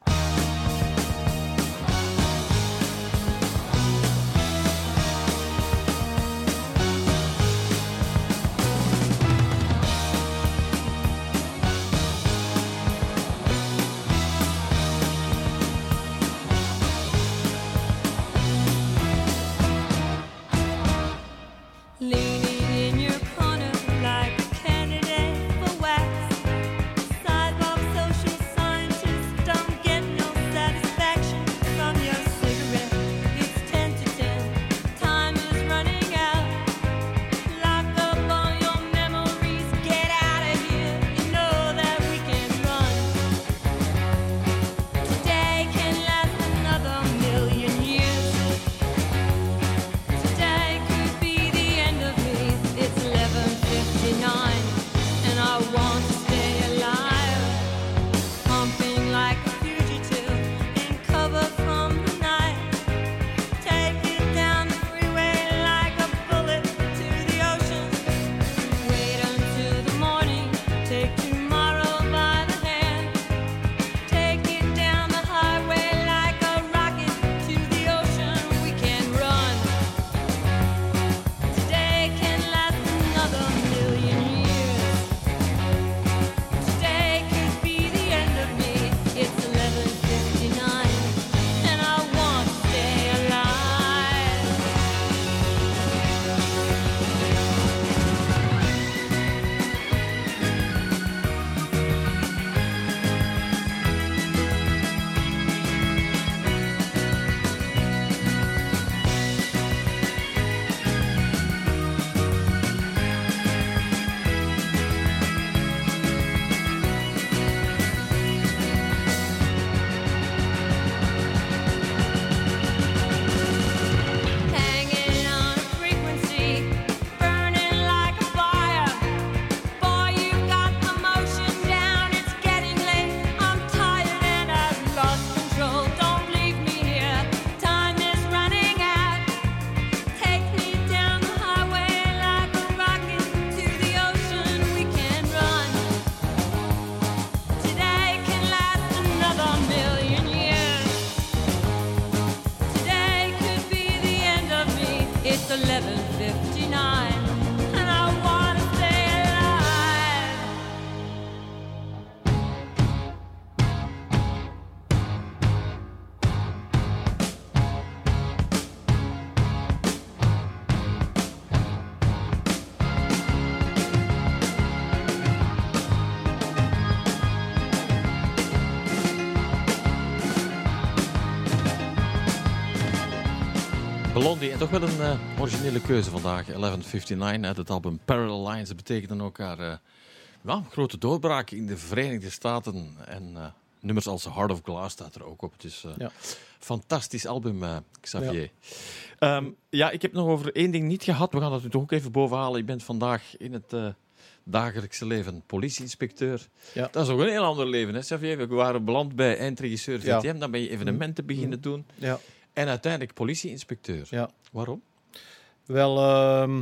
Blondie, en toch wel een uh, originele keuze vandaag. elf vijfenvijftig uit het album Parallel Lines. Dat betekent dan ook haar uh, ja, grote doorbraak in de Verenigde Staten. En uh, nummers als Heart of Glass staat er ook op. Het is een uh, ja. fantastisch album, uh, Xavier. Ja. Um, ja, ik heb nog over één ding niet gehad. We gaan dat nu toch ook even bovenhalen. Je bent vandaag in het uh, dagelijkse leven politieinspecteur. Ja. Dat is ook een heel ander leven, hè, Xavier? We waren beland bij eindregisseur V T M. Ja. Dan ben je evenementen beginnen mm. doen. Ja. En uiteindelijk politieinspecteur. Ja. Waarom? Wel, uh,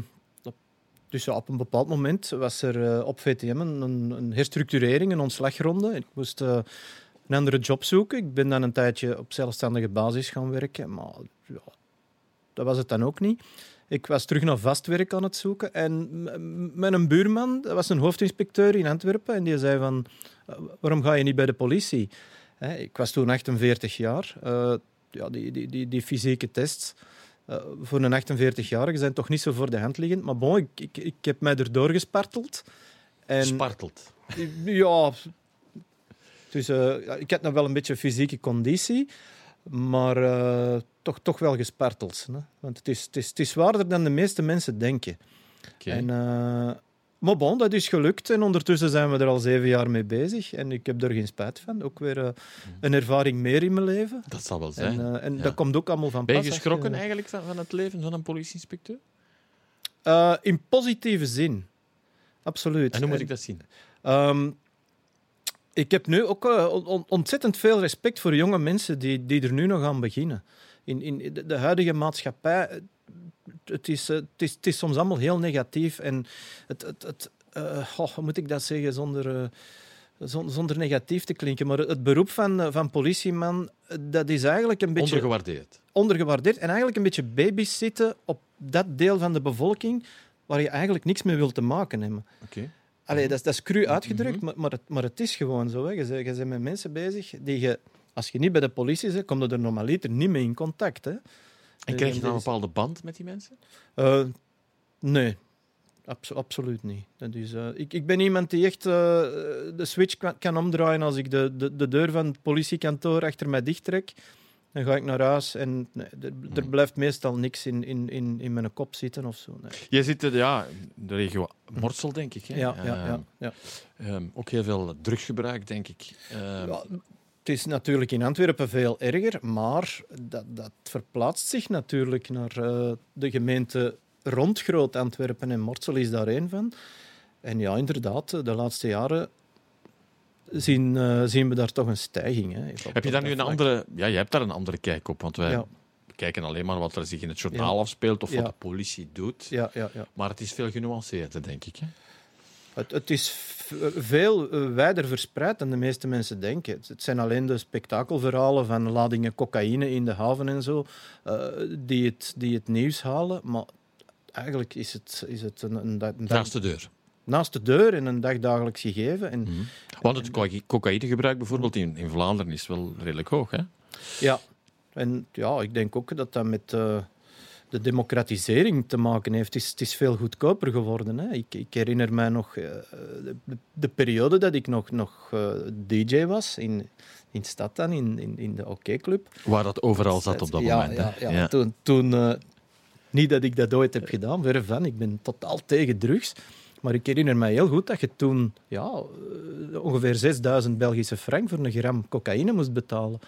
dus ja, op een bepaald moment was er uh, op V T M een, een herstructurering, een ontslagronde. Ik moest uh, een andere job zoeken. Ik ben dan een tijdje op zelfstandige basis gaan werken. Maar ja, dat was het dan ook niet. Ik was terug naar vast werk aan het zoeken. En m- met een buurman, dat was een hoofdinspecteur in Antwerpen, en die zei van, waarom ga je niet bij de politie? Hè, ik was toen achtenveertig jaar. Uh, ja, die, die, die, die fysieke tests uh, voor een achtenveertig-jarige zijn toch niet zo voor de hand liggend. Maar bon, ik, ik, ik heb mij erdoor gesparteld. En, Spartelt. ja, dus, uh, ja, ik had nog wel een beetje fysieke conditie, maar uh, toch, toch wel gesparteld. Hè? Want het is, het, is, het is zwaarder dan de meeste mensen denken. Okay. En, uh, maar bon, dat is gelukt en ondertussen zijn we er al zeven jaar mee bezig en ik heb er geen spijt van. Ook weer uh, een ervaring meer in mijn leven. Dat zal wel zijn. En, uh, en ja. dat komt ook allemaal van Ben je pas. geschrokken Je... eigenlijk van, van het leven van een politieinspecteur? Uh, in positieve zin. Absoluut. En hoe moet en, ik dat zien? Um, ik heb nu ook uh, on- ontzettend veel respect voor jonge mensen die, die er nu nog aan beginnen. In, in de, de huidige maatschappij, het is, het, is, het is soms allemaal heel negatief. En het, het, het, uh, oh, hoe moet ik dat zeggen zonder, uh, zonder negatief te klinken? Maar het beroep van, van politieman, dat is eigenlijk een beetje... Ondergewaardeerd. Ondergewaardeerd. En eigenlijk een beetje babysitten op dat deel van de bevolking waar je eigenlijk niks mee wilt te maken hebben. Okay. Allee, dat, is, dat is cru uitgedrukt, Mm-hmm. maar, maar, het, maar het is gewoon zo. Hè. Je, bent, je bent met mensen bezig die je... Als je niet bij de politie bent, kom je er normaliter niet mee in contact. Hè. En krijg je dan een is, bepaalde band met die mensen? uh, nee, Abso- absoluut niet. Dat is, uh, ik, ik ben iemand die echt uh, de switch kan, kan omdraaien als ik de, de, de deur van het politiekantoor achter mij dichttrek. Dan ga ik naar huis en nee, er, er blijft meestal niks in, in, in, in mijn kop zitten of zo. Nee. Je zit in ja, de regio Mortsel, denk ik. Hè? Ja, ja, ja, ja. Um, ook heel veel drugsgebruik, denk ik. Um, Ja, het is natuurlijk in Antwerpen veel erger, maar dat, dat verplaatst zich natuurlijk naar uh, de gemeente rond Groot-Antwerpen en Mortsel is daar één van. En ja, inderdaad, de laatste jaren zien, uh, zien we daar toch een stijging. Hè, Heb je daar nu een andere... Ja, je hebt daar een andere kijk op, want wij ja. kijken alleen maar wat er zich in het journaal Ja. afspeelt of Ja. wat de politie doet. Ja, ja, ja. Maar het is veel genuanceerder, denk ik. Hè? Het, het is v- veel uh, wijder verspreid dan de meeste mensen denken. Het, het zijn alleen de spektakelverhalen van ladingen cocaïne in de haven en zo, uh, die, het, die het nieuws halen. Maar eigenlijk is het, is het een, een, een dag, Naast de deur. naast de deur en een dagdagelijks gegeven. En, Mm-hmm. Want het co- cocaïnegebruik bijvoorbeeld in, in Vlaanderen is wel redelijk hoog. Hè? ja, en ja, ik denk ook dat dat met uh, de democratisering te maken heeft. Het is, het is veel goedkoper geworden. Hè. Ik, ik herinner mij nog uh, de, de periode dat ik nog, nog uh, D J was in, in de stad dan, in, in, in de OK-club. Waar dat overal zat op dat ja, moment. Ja, hè? ja. Ja. Toen... toen uh, niet dat ik dat ooit heb gedaan, verre van. Ik ben totaal tegen drugs. Maar ik herinner me heel goed dat je toen ja, uh, ongeveer zesduizend Belgische frank voor een gram cocaïne moest betalen.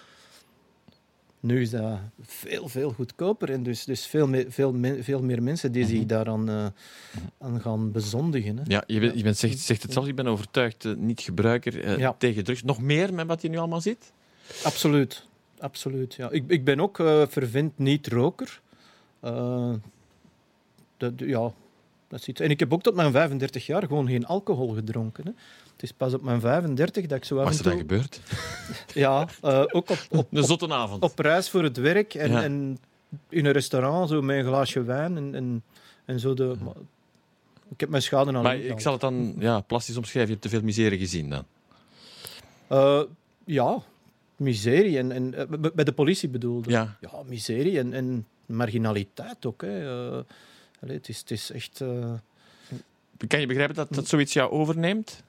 Nu is dat veel, veel goedkoper. En dus, dus veel, meer, veel, me, veel meer mensen die zich daaraan uh, aan gaan bezondigen. Hè. Ja, je, bent, je bent, zegt, zegt het zelf, ik ben overtuigd uh, niet-gebruiker uh, Ja. tegen drugs. Nog meer met wat je nu allemaal ziet? Absoluut. Absoluut ja. ik, ik ben ook uh, vervent niet-roker. Uh, dat, ja, dat is iets. En ik heb ook tot mijn vijfendertig jaar gewoon geen alcohol gedronken. Hè. Het is pas op mijn vijfendertig dat ik zo af Wat en is er toe... dan gebeurd? Ja, uh, ook op, op, Een zotte avond. op reis voor het werk en, Ja. en in een restaurant zo met een glaasje wijn en, en, en zo. De, maar, ik heb mijn schade aan. Maar ik zal het dan ja, plastisch omschrijven. Je hebt te veel miserie gezien dan. Uh, ja, miserie. En, en, uh, b- bij de politie bedoelde. Ja. Ja, miserie en, en marginaliteit ook. Hè. Uh, allee, het, is, het is echt... Uh, Kan je begrijpen dat, dat zoiets jou overneemt?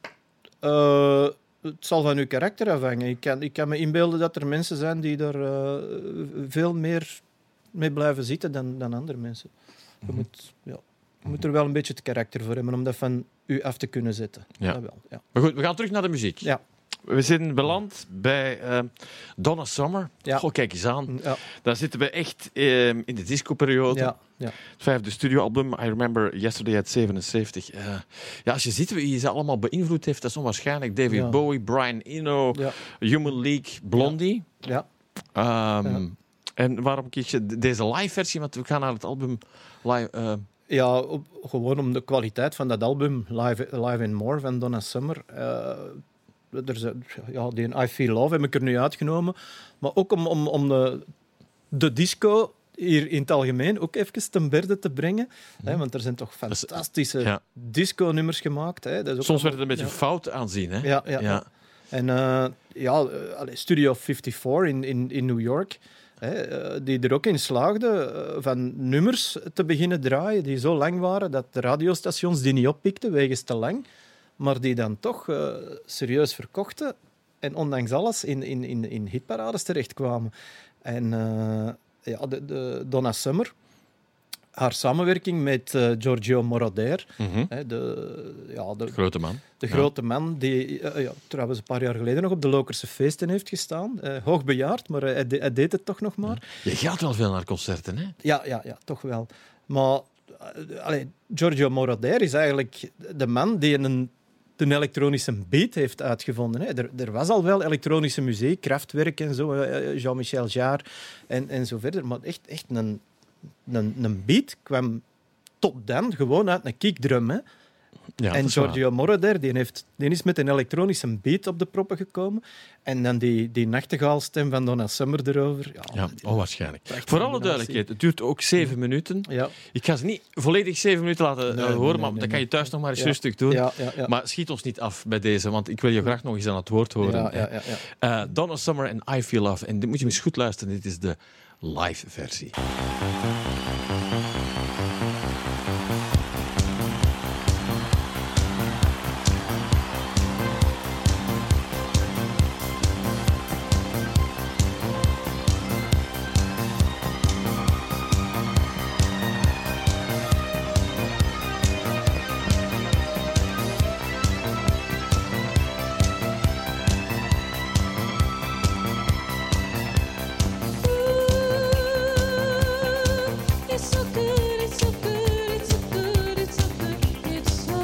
Uh, het zal van uw karakter afhangen. Ik kan, ik kan me inbeelden dat er mensen zijn die er uh, veel meer mee blijven zitten dan, dan andere mensen. Je, Mm-hmm. moet, ja, je moet er wel een beetje het karakter voor hebben om dat van u af te kunnen zetten. Ja. Dat wel, ja. Maar goed, we gaan terug naar de muziek. Ja. We zijn beland bij uh, Donna Summer. Ja. Goh, kijk eens aan. Ja. Daar zitten we echt uh, in de disco-periode. Ja, ja. Het vijfde studioalbum, I Remember Yesterday at zevenenzeventig. Uh, ja, als je ziet wie ze allemaal beïnvloed heeft, dat is onwaarschijnlijk. David Ja. Bowie, Brian Eno, Ja. Human League, Blondie. Ja. Um, Ja. En waarom kies je de- deze live-versie? Want we gaan naar het album live... Uh, Ja, op, gewoon om de kwaliteit van dat album, Live, Live and More van Donna Summer. Uh, er zijn, ja, die I Feel Love heb ik er nu uitgenomen. Maar ook om, om, om de, de disco hier in het algemeen ook even ten berde te brengen. Mm. Hè, want er zijn toch fantastische ja. disco-nummers gemaakt. Hè. Dat is ook Soms werd allemaal, het een beetje ja. fout aanzien. Hè? Ja, ja, ja. En uh, ja, uh, Studio vijfenvijftig in, in, in New York, hè, uh, die er ook in slaagde uh, van nummers te beginnen draaien die zo lang waren dat de radiostations die niet oppikten wegens te lang, maar die dan toch uh, serieus verkochten en ondanks alles in, in, in, in hitparades terechtkwamen. En uh, ja, de, de Donna Summer, haar samenwerking met uh, Giorgio Moroder, Mm-hmm. hè, de, ja, de, de grote man. de ja. grote man die uh, ja, trouwens een paar jaar geleden nog op de Lokerse feesten heeft gestaan. Uh, hoogbejaard, maar uh, hij, de, hij deed het toch nog maar. Je gaat wel veel naar concerten, hè? Ja, ja, ja, toch wel. Maar uh, allee, Giorgio Moroder is eigenlijk de man die een de elektronische beat heeft uitgevonden. Hè. Er, er was al wel elektronische muziek, Kraftwerk en zo, Jean-Michel Jarre en, en zo verder. Maar echt, echt een, een, een beat kwam tot dan gewoon uit een kickdrum. Hè. Ja, en Giorgio Moroder die heeft, die is met een elektronische beat op de proppen gekomen. En dan die, die nachtegaalstem van Donna Summer erover. Ja, ja die, oh, waarschijnlijk. Voor alle duidelijkheid, het duurt ook zeven minuten. Ja. Ik ga ze niet volledig zeven minuten laten Nee, uh, horen, nee, nee, maar nee, dat kan je thuis nog maar eens ja. rustig doen. Ja, ja, ja. Maar schiet ons niet af bij deze, want ik wil je graag nog eens aan het woord horen. Ja, ja, ja, ja. Uh, Donna Summer en I Feel Love. En dit moet je eens goed luisteren, dit is de live versie. It's so good, it's so good, it's so good, it's so good, it's so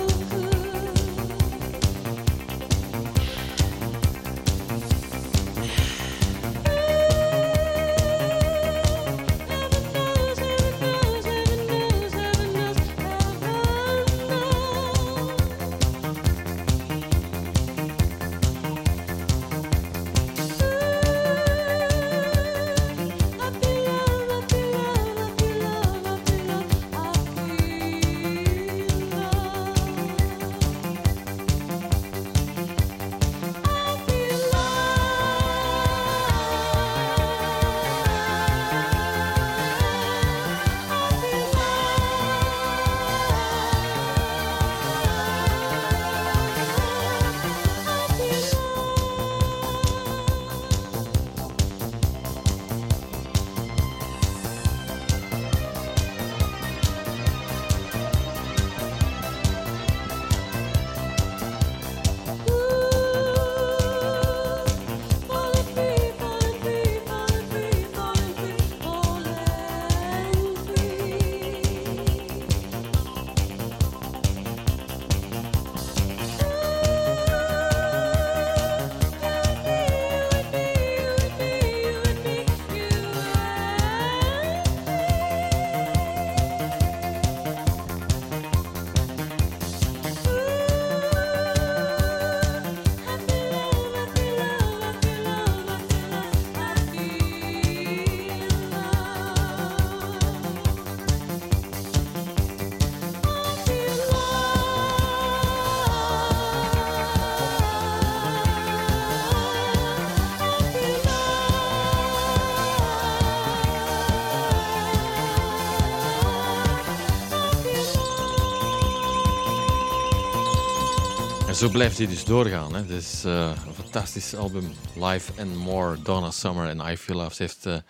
En zo blijft hij dus doorgaan. Hè. Het is uh, een fantastisch album. Live and More, Donna Summer en I Feel Love. Ze heeft uh,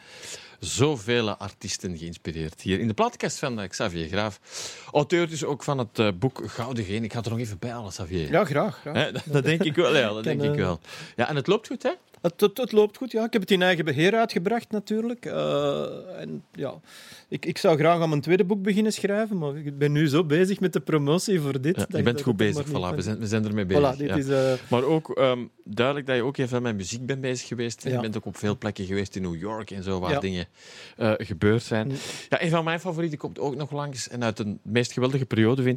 zoveel artiesten geïnspireerd. Hier in de platenkast van uh, Xavier Graaf. Auteur dus ook van het uh, boek Gouden Geen. Ik ga het er nog even bij halen, Xavier. Ja, graag. graag. Hè, dat, dat denk ik wel. Ja, dat denk ik wel. Ja, en het loopt goed, hè? Het, het, het loopt goed, ja. Ik heb het in eigen beheer uitgebracht, natuurlijk. Uh, en, ja, ik, ik zou graag aan mijn tweede boek beginnen schrijven, maar ik ben nu zo bezig met de promotie voor dit. Ja, dat je bent dat goed bezig, maar voilà. niet- We zijn, we zijn ermee bezig. Voilà, dit ja. is... Uh, Maar ook um, duidelijk dat je ook even met muziek bent bezig geweest. Je Ja. bent ook op veel plekken geweest in New York en zo, waar Ja. dingen uh, gebeurd zijn. Mm. Ja, een van mijn favorieten komt ook nog langs. En uit de meest geweldige periode vind ik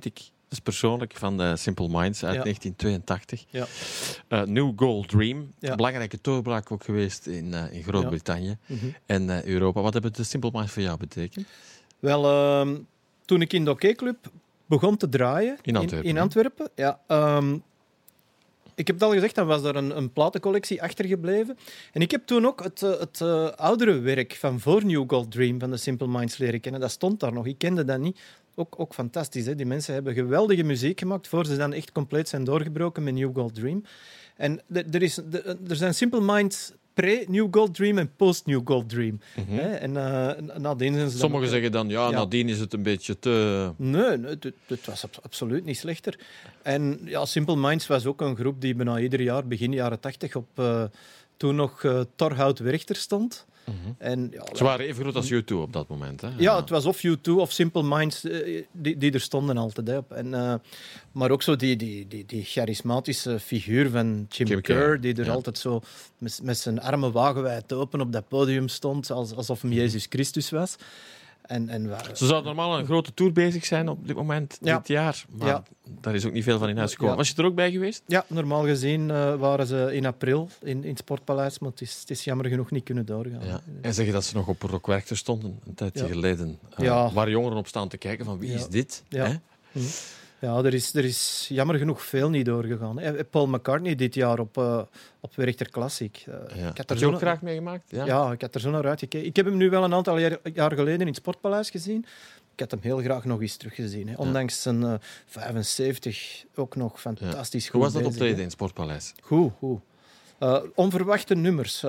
is persoonlijk, van de Simple Minds uit Ja. negentien tweeëntachtig. Ja. Uh, New Gold Dream, Ja. een belangrijke doorbraak ook geweest in, uh, in Groot-Brittannië Mhm. en uh, Europa. Wat hebben de Simple Minds voor jou betekend? Wel, ehm, toen ik in de OK Club begon te draaien... In Antwerpen, In, hè? Antwerpen, ja. ehm, ik heb het al gezegd, dan was er een, een platencollectie achtergebleven. En ik heb toen ook het, uh, het uh, oudere werk van voor New Gold Dream van de Simple Minds leren kennen. Dat stond daar nog. Ik kende dat niet. Ook, ook fantastisch. Hè? Die mensen hebben geweldige muziek gemaakt voor ze dan echt compleet zijn doorgebroken met New Gold Dream. En de- er, is, de- er zijn Simple Minds pre-New Gold Dream en post-New Gold Dream. Mhm. Hè? En uh, nadien zijn ze dan Sommigen ook- zeggen dan, ja, Ja. nadien is het een beetje te... Nee, nee het, het was ab- absoluut niet slechter. En ja, Simple Minds was ook een groep die bijna ieder jaar, begin jaren tachtig, op uh, toen nog uh, Torhout Werchter stond. Mhm. En, ja, Ze waren even groot als U twee op dat moment. Hè? ja, het was of U twee of Simple Minds eh, die, die er stonden altijd. Hè, op. En, uh, maar ook zo die, die, die, die charismatische figuur van Jim, Jim Kerr, Kerr, die er ja. altijd zo met, met zijn armen wagenwijd open op dat podium stond, als, alsof hem Jezus Christus was. En, en waar, Ze zouden normaal een grote tour bezig zijn op dit moment, Ja. dit jaar. Maar Ja. daar is ook niet veel van in huis gekomen. Ja. Was je er ook bij geweest? Ja, normaal gezien uh, waren ze in april in, in het Sportpaleis, maar het is, het is jammer genoeg niet kunnen doorgaan. Ja. En zeg je dat ze nog op Rock Werchter stonden, een tijdje Ja. geleden. Uh, Ja. Waar jongeren op staan te kijken van wie Ja. is dit? Ja. Hè? Ja, er is, er is jammer genoeg veel niet doorgegaan. Eh, Paul McCartney dit jaar op, uh, op Werchter Classic. Uh, Ja. ik had Had er je zo ook na- graag meegemaakt? Ja. Ja, ik had er zo naar uitgekeken. Ik heb hem nu wel een aantal jaar, jaar geleden in het Sportpaleis gezien. Ik had hem heel graag nog eens teruggezien. Hè. Ondanks zijn uh, vijfenzeventig ook nog fantastisch goed Hoe was dat bezig, optreden hè. in het Sportpalees? Goed, goed. Uh, onverwachte nummers. Uh,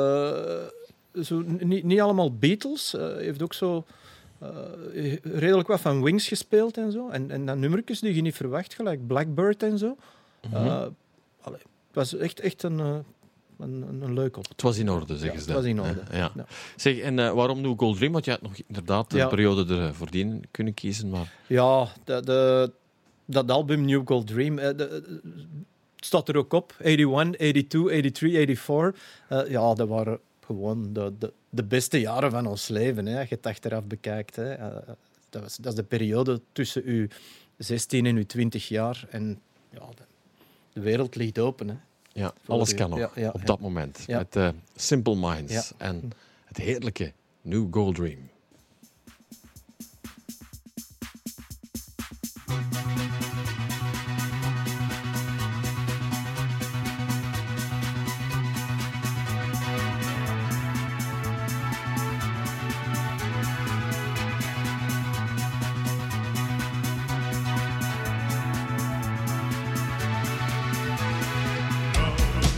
zo, niet, niet allemaal Beatles. Uh, heeft ook zo uh, redelijk wat van Wings gespeeld en zo. En, en dan nummertjes die je niet verwacht, gelijk Blackbird en zo. Mhm. Uh, allee, het was echt, echt een, uh, een, een, een leuk op. Het was in orde, zeggen Ja, ze het was in dan, orde. hè? Ja. Ja. Zeg, en uh, waarom New Gold Dream? Want je had nog inderdaad een Ja. periode er voordien kunnen kiezen. Maar... Ja, de, de, dat album New Gold Dream, eh, de, de- het staat er ook op. eenennegentig, eenentwintig, eenendertig, eenenveertig. Uh, ja, dat waren gewoon de, de, de beste jaren van ons leven, hè, als je het achteraf bekijkt. Hè. Uh, dat, was, dat is de periode tussen uw zestien en uw twintig jaar. En ja, de, de wereld ligt open. Hè. Ja, Voor alles u. kan nog Ja, ja, op ja. dat moment. Ja. Met uh, Simple Minds Ja. en het heerlijke New Gold Dream.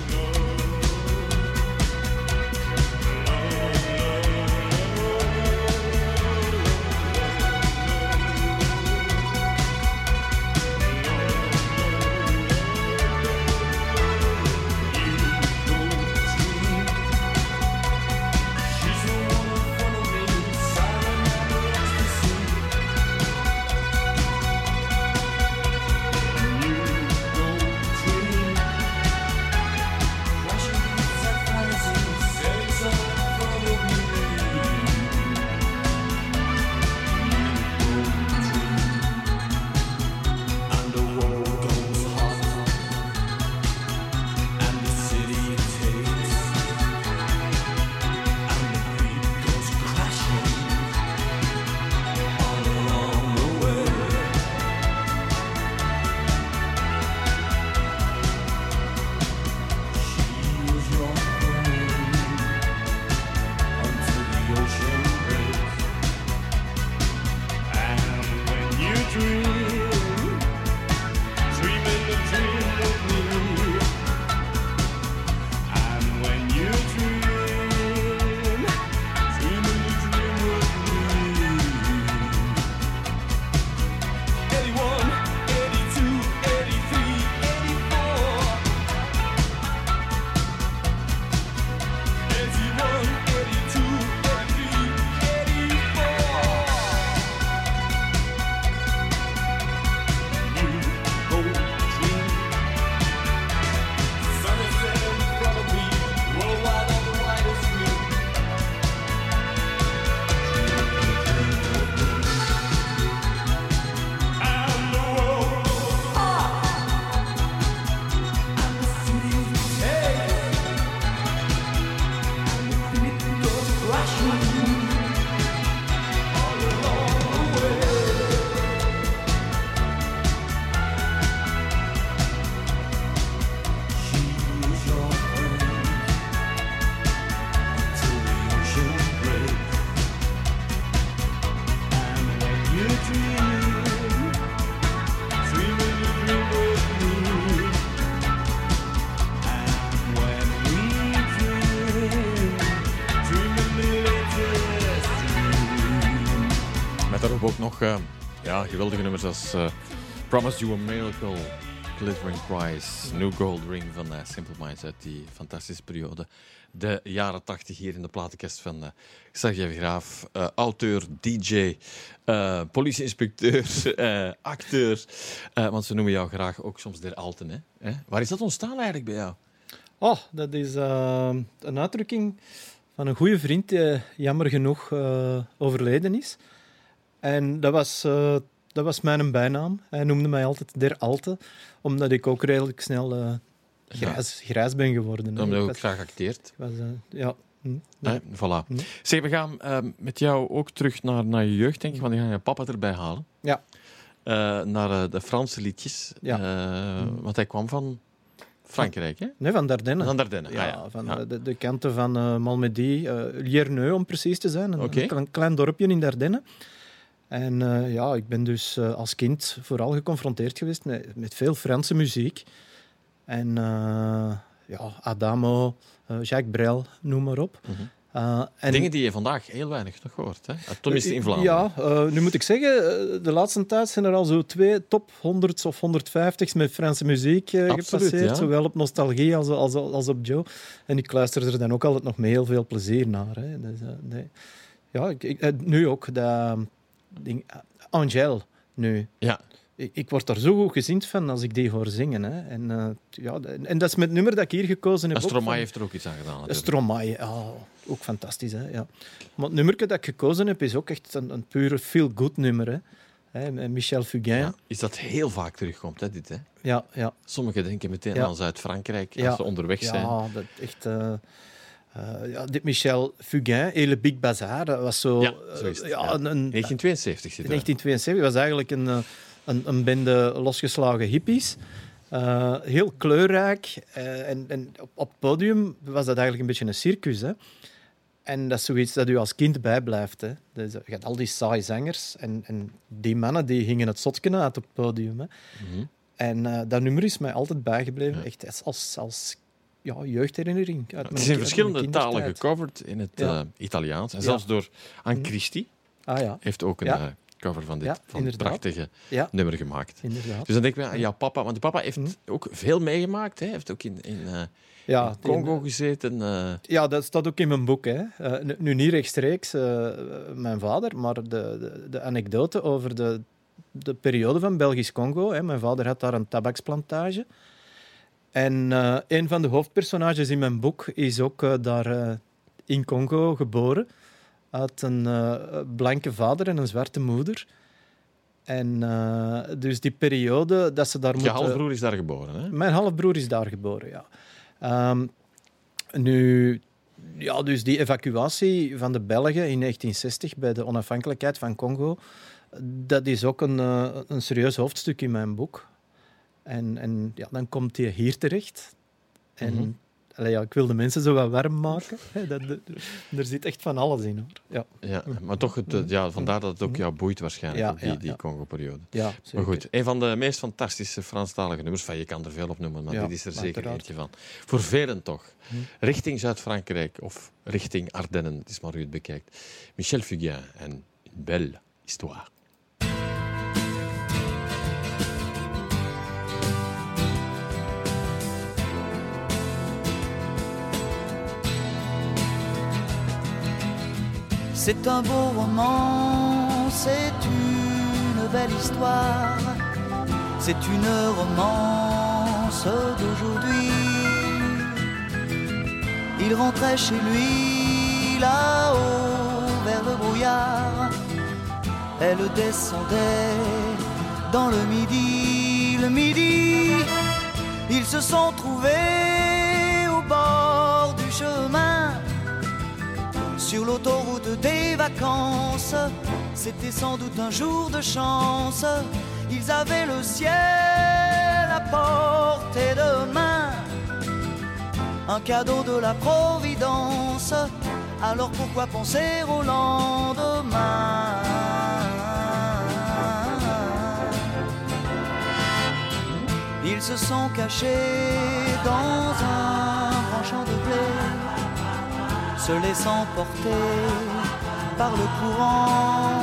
Love, love, love. passion all along the way. She is your friend till the ocean breaks. And when you dream, dream when you dream with me. And when we dream, dream in the latest dream. Met daarop ook nog uh, ja, geweldige nummers als uh, Promised You a Miracle, Glittering Prize, New Gold Ring van uh, Simple Minds uit die fantastische periode. De jaren tachtig hier in de platenkast van uh, Sergej Graaf, uh, auteur, D J, uh, politieinspecteur, uh, acteur. Uh, want ze noemen jou graag ook soms Der Alten. Hè? Hè? Waar is dat ontstaan eigenlijk bij jou? Oh, dat is uh, een uitdrukking van een goede vriend die uh, jammer genoeg uh, overleden is. En dat was, uh, dat was mijn bijnaam. Hij noemde mij altijd Der Alte, omdat ik ook redelijk snel uh, grijs, grijs ben geworden. Omdat je Ik ook was- graag acteert. ik was, uh, ja. Hm, ja. Hè? Voilà. Hm. Zeg, we gaan uh, met jou ook terug naar, naar je jeugd, denk ik, want die gaan je papa erbij halen. Ja. Uh, naar uh, de Franse liedjes. Ja. Uh, Mm. Want hij kwam van Frankrijk, hè? Nee, van Dardenne. Van Dardenne. Ja, Ah, ja. van Ja. uh, de, de kanten van uh, Malmedy, uh, Lierneux om precies te zijn. Een, Oké. een klein, klein dorpje in Dardenne. En uh, ja, ik ben dus uh, als kind vooral geconfronteerd geweest met, met veel Franse muziek. En uh, ja, Adamo, uh, Jacques Brel, noem maar op. Mhm. Uh, en Dingen die je vandaag heel weinig nog hoort, hè? Tenminste in Vlaanderen. Ja, uh, nu moet ik zeggen, uh, de laatste tijd zijn er al zo twee top honderd of honderdvijftig met Franse muziek uh, Absoluut, gepasseerd. ja. Zowel op nostalgie als, als, als op Joe. En ik luister er dan ook altijd nog met heel veel plezier naar. Hè. Dus, uh, nee. Ja, ik, ik, uh, nu ook. Dat, ding, uh, Angèle, nu. Ja. Ik, ik word daar zo goed gezind van als ik die hoor zingen. Hè. En, uh, ja, en, en dat is met het nummer dat ik hier gekozen heb. En ook Stromae van- heeft er ook iets aan gedaan, natuurlijk. Stromae, oh, ook fantastisch. Hè? Ja. Maar het nummer dat ik gekozen heb, is ook echt een, een pure feel-good nummer. Hè? Hè, met Michel Fugain. Ja. Ja, Is dat heel vaak terugkomt, hè, dit, hè? ja, ja. Sommigen denken meteen Ja. aan Zuid-Frankrijk Ja. als ze onderweg zijn. Ja, dat echt... uh, uh, ja, dit Michel Fugain, et le Big Bazaar, dat was zo... Ja, zo is het, uh, ja, ja. Een, een, negentien tweeënzeventig zit er. negentien tweeënzeventig was eigenlijk een, uh, een, een bende losgeslagen hippies. Uh, heel kleurrijk. Uh, en en op, op het podium was dat eigenlijk een beetje een circus. Hè? En dat is zoiets dat u als kind bijblijft. Hè? Dus, je had al die saaie zangers. En, en die mannen die gingen het zotken uit op het podium. Hè? Mhm. En uh, dat nummer is mij altijd bijgebleven. Ja. Echt als, als, als ja, jeugdherinnering. Uit Het mijn- is in uit verschillende mijn talen kindertijd. gecoverd in het Ja. uh, Italiaans. En Ja. zelfs door Anne Mhm. Christie Ah ja, heeft ook een Ja. uh, cover van dit Ja, van dit inderdaad. prachtige ja, nummer gemaakt. inderdaad. Dus dan denk ik aan jouw papa. Want de papa heeft Mhm. ook veel meegemaakt. Hij heeft ook in, in, uh, Ja, in die- Congo gezeten. uh, Ja, dat staat ook in mijn boek. Hè. Uh, nu, nu niet rechtstreeks uh, mijn vader, maar de, de, de anekdote over de, de periode van Belgisch-Congo. Hè. Mijn vader had daar een tabaksplantage. En uh, een van de hoofdpersonages in mijn boek is ook uh, daar uh, in Congo geboren. Uit een uh, blanke vader en een zwarte moeder. En uh, dus die periode dat ze daar je moeten... halfbroer is daar geboren, hè? Mijn halfbroer is daar geboren, ja. Um, nu, ja, dus die evacuatie van de Belgen in negentien zestig bij de onafhankelijkheid van Congo, dat is ook een, uh, een serieus hoofdstuk in mijn boek. En, en ja, dan komt hij hier terecht. En Mhm. allee, ja, ik wil de mensen zo wat warm maken. Hè, dat, dat- er zit echt van alles in, hoor. Ja, Ja, maar toch, het, uh, ja, vandaar dat het ook jou boeit waarschijnlijk, Ja, ook die, ja, die ja. Congo-periode. ja zeker. Maar goed, een van de meest fantastische Franstalige nummers. Van, je kan er veel op noemen, maar Ja, dit is er zeker uiteraard. eentje van. Voor velen toch. Hm. Richting Zuid-Frankrijk of richting Ardennen, het is maar hoe je het bekijkt. Michel Fugain en Une belle histoire. C'est un beau roman, c'est une belle histoire, c'est une romance d'aujourd'hui. Il rentrait chez lui là-haut vers le brouillard, elle descendait dans le midi, le midi. Ils se sont trouvés au bord du chemin, sur l'autoroute des vacances. C'était sans doute un jour de chance. Ils avaient le ciel à portée de main, un cadeau de la Providence. Alors pourquoi penser au lendemain? Ils se sont cachés dans un grand champ de blé, se laissant porter par le courant,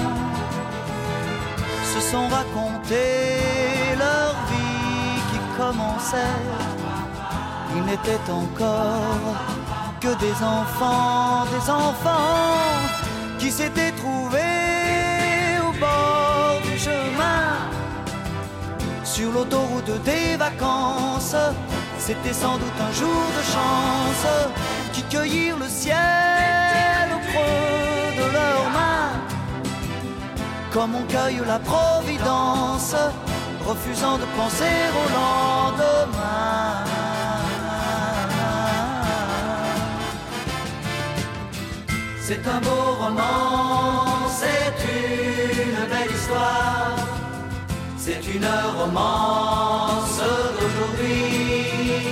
se sont racontés leur vie qui commençait. Ils n'étaient encore que des enfants, des enfants qui s'étaient trouvés au bord du chemin, sur l'autoroute des vacances. C'était sans doute un jour de chance, qui cueillirent le ciel au creux de leurs mains, comme on cueille la Providence, refusant de penser au lendemain. C'est un beau roman, c'est une belle histoire, c'est une romance d'aujourd'hui.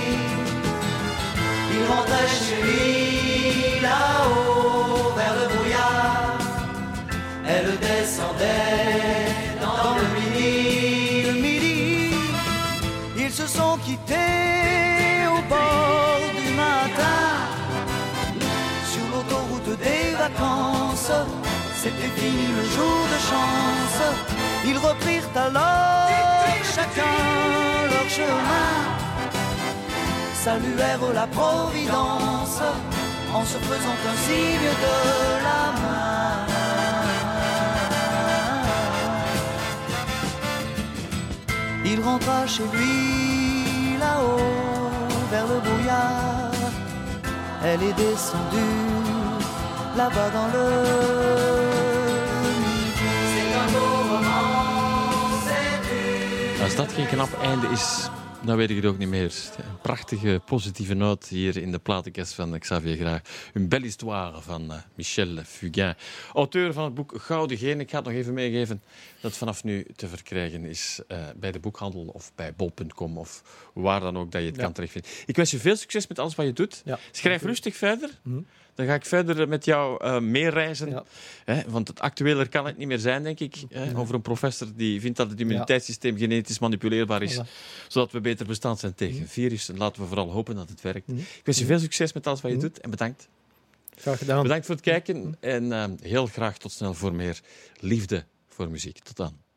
Il rentrait chez lui là-haut vers le brouillard, elle descendait dans le midi. Le midi, ils se sont quittés au bord du matin, sur l'autoroute des vacances. C'était fini le jour de chance. Ils reprirent alors chacun leur chemin, saluèrent la Providence en se faisant un signe de la main. Il rentra chez lui là-haut vers le brouillard. Elle est descendue là-bas dans le midi. C'est un beau roman, c'est Als dat geen knap einde is, dan weet ik het ook niet meer. Een prachtige, positieve noot hier in de platenkast van Xavier Graag. Een belle histoire van uh, Michel Fugain. Auteur van het boek Gouden Geen. Ik ga het nog even meegeven dat het vanaf nu te verkrijgen is uh, bij de boekhandel of bij bol punt com of waar dan ook dat je het Ja. kan terugvinden. Ik wens je veel succes met alles wat je doet. Ja. Schrijf rustig verder. Mhm. Dan ga ik verder met jou uh, meereizen. Ja. Hè, want het actueler kan het niet meer zijn, denk ik. Hè, over een professor die vindt dat het immuniteitssysteem genetisch manipuleerbaar is. Voilà. Zodat we beter bestand zijn tegen virussen. Laten we vooral hopen dat het werkt. Mhm. Ik wens je veel succes met alles wat je doet. En bedankt. Graag gedaan. Bedankt voor het kijken. En uh, heel graag tot snel voor meer liefde voor muziek. Tot dan.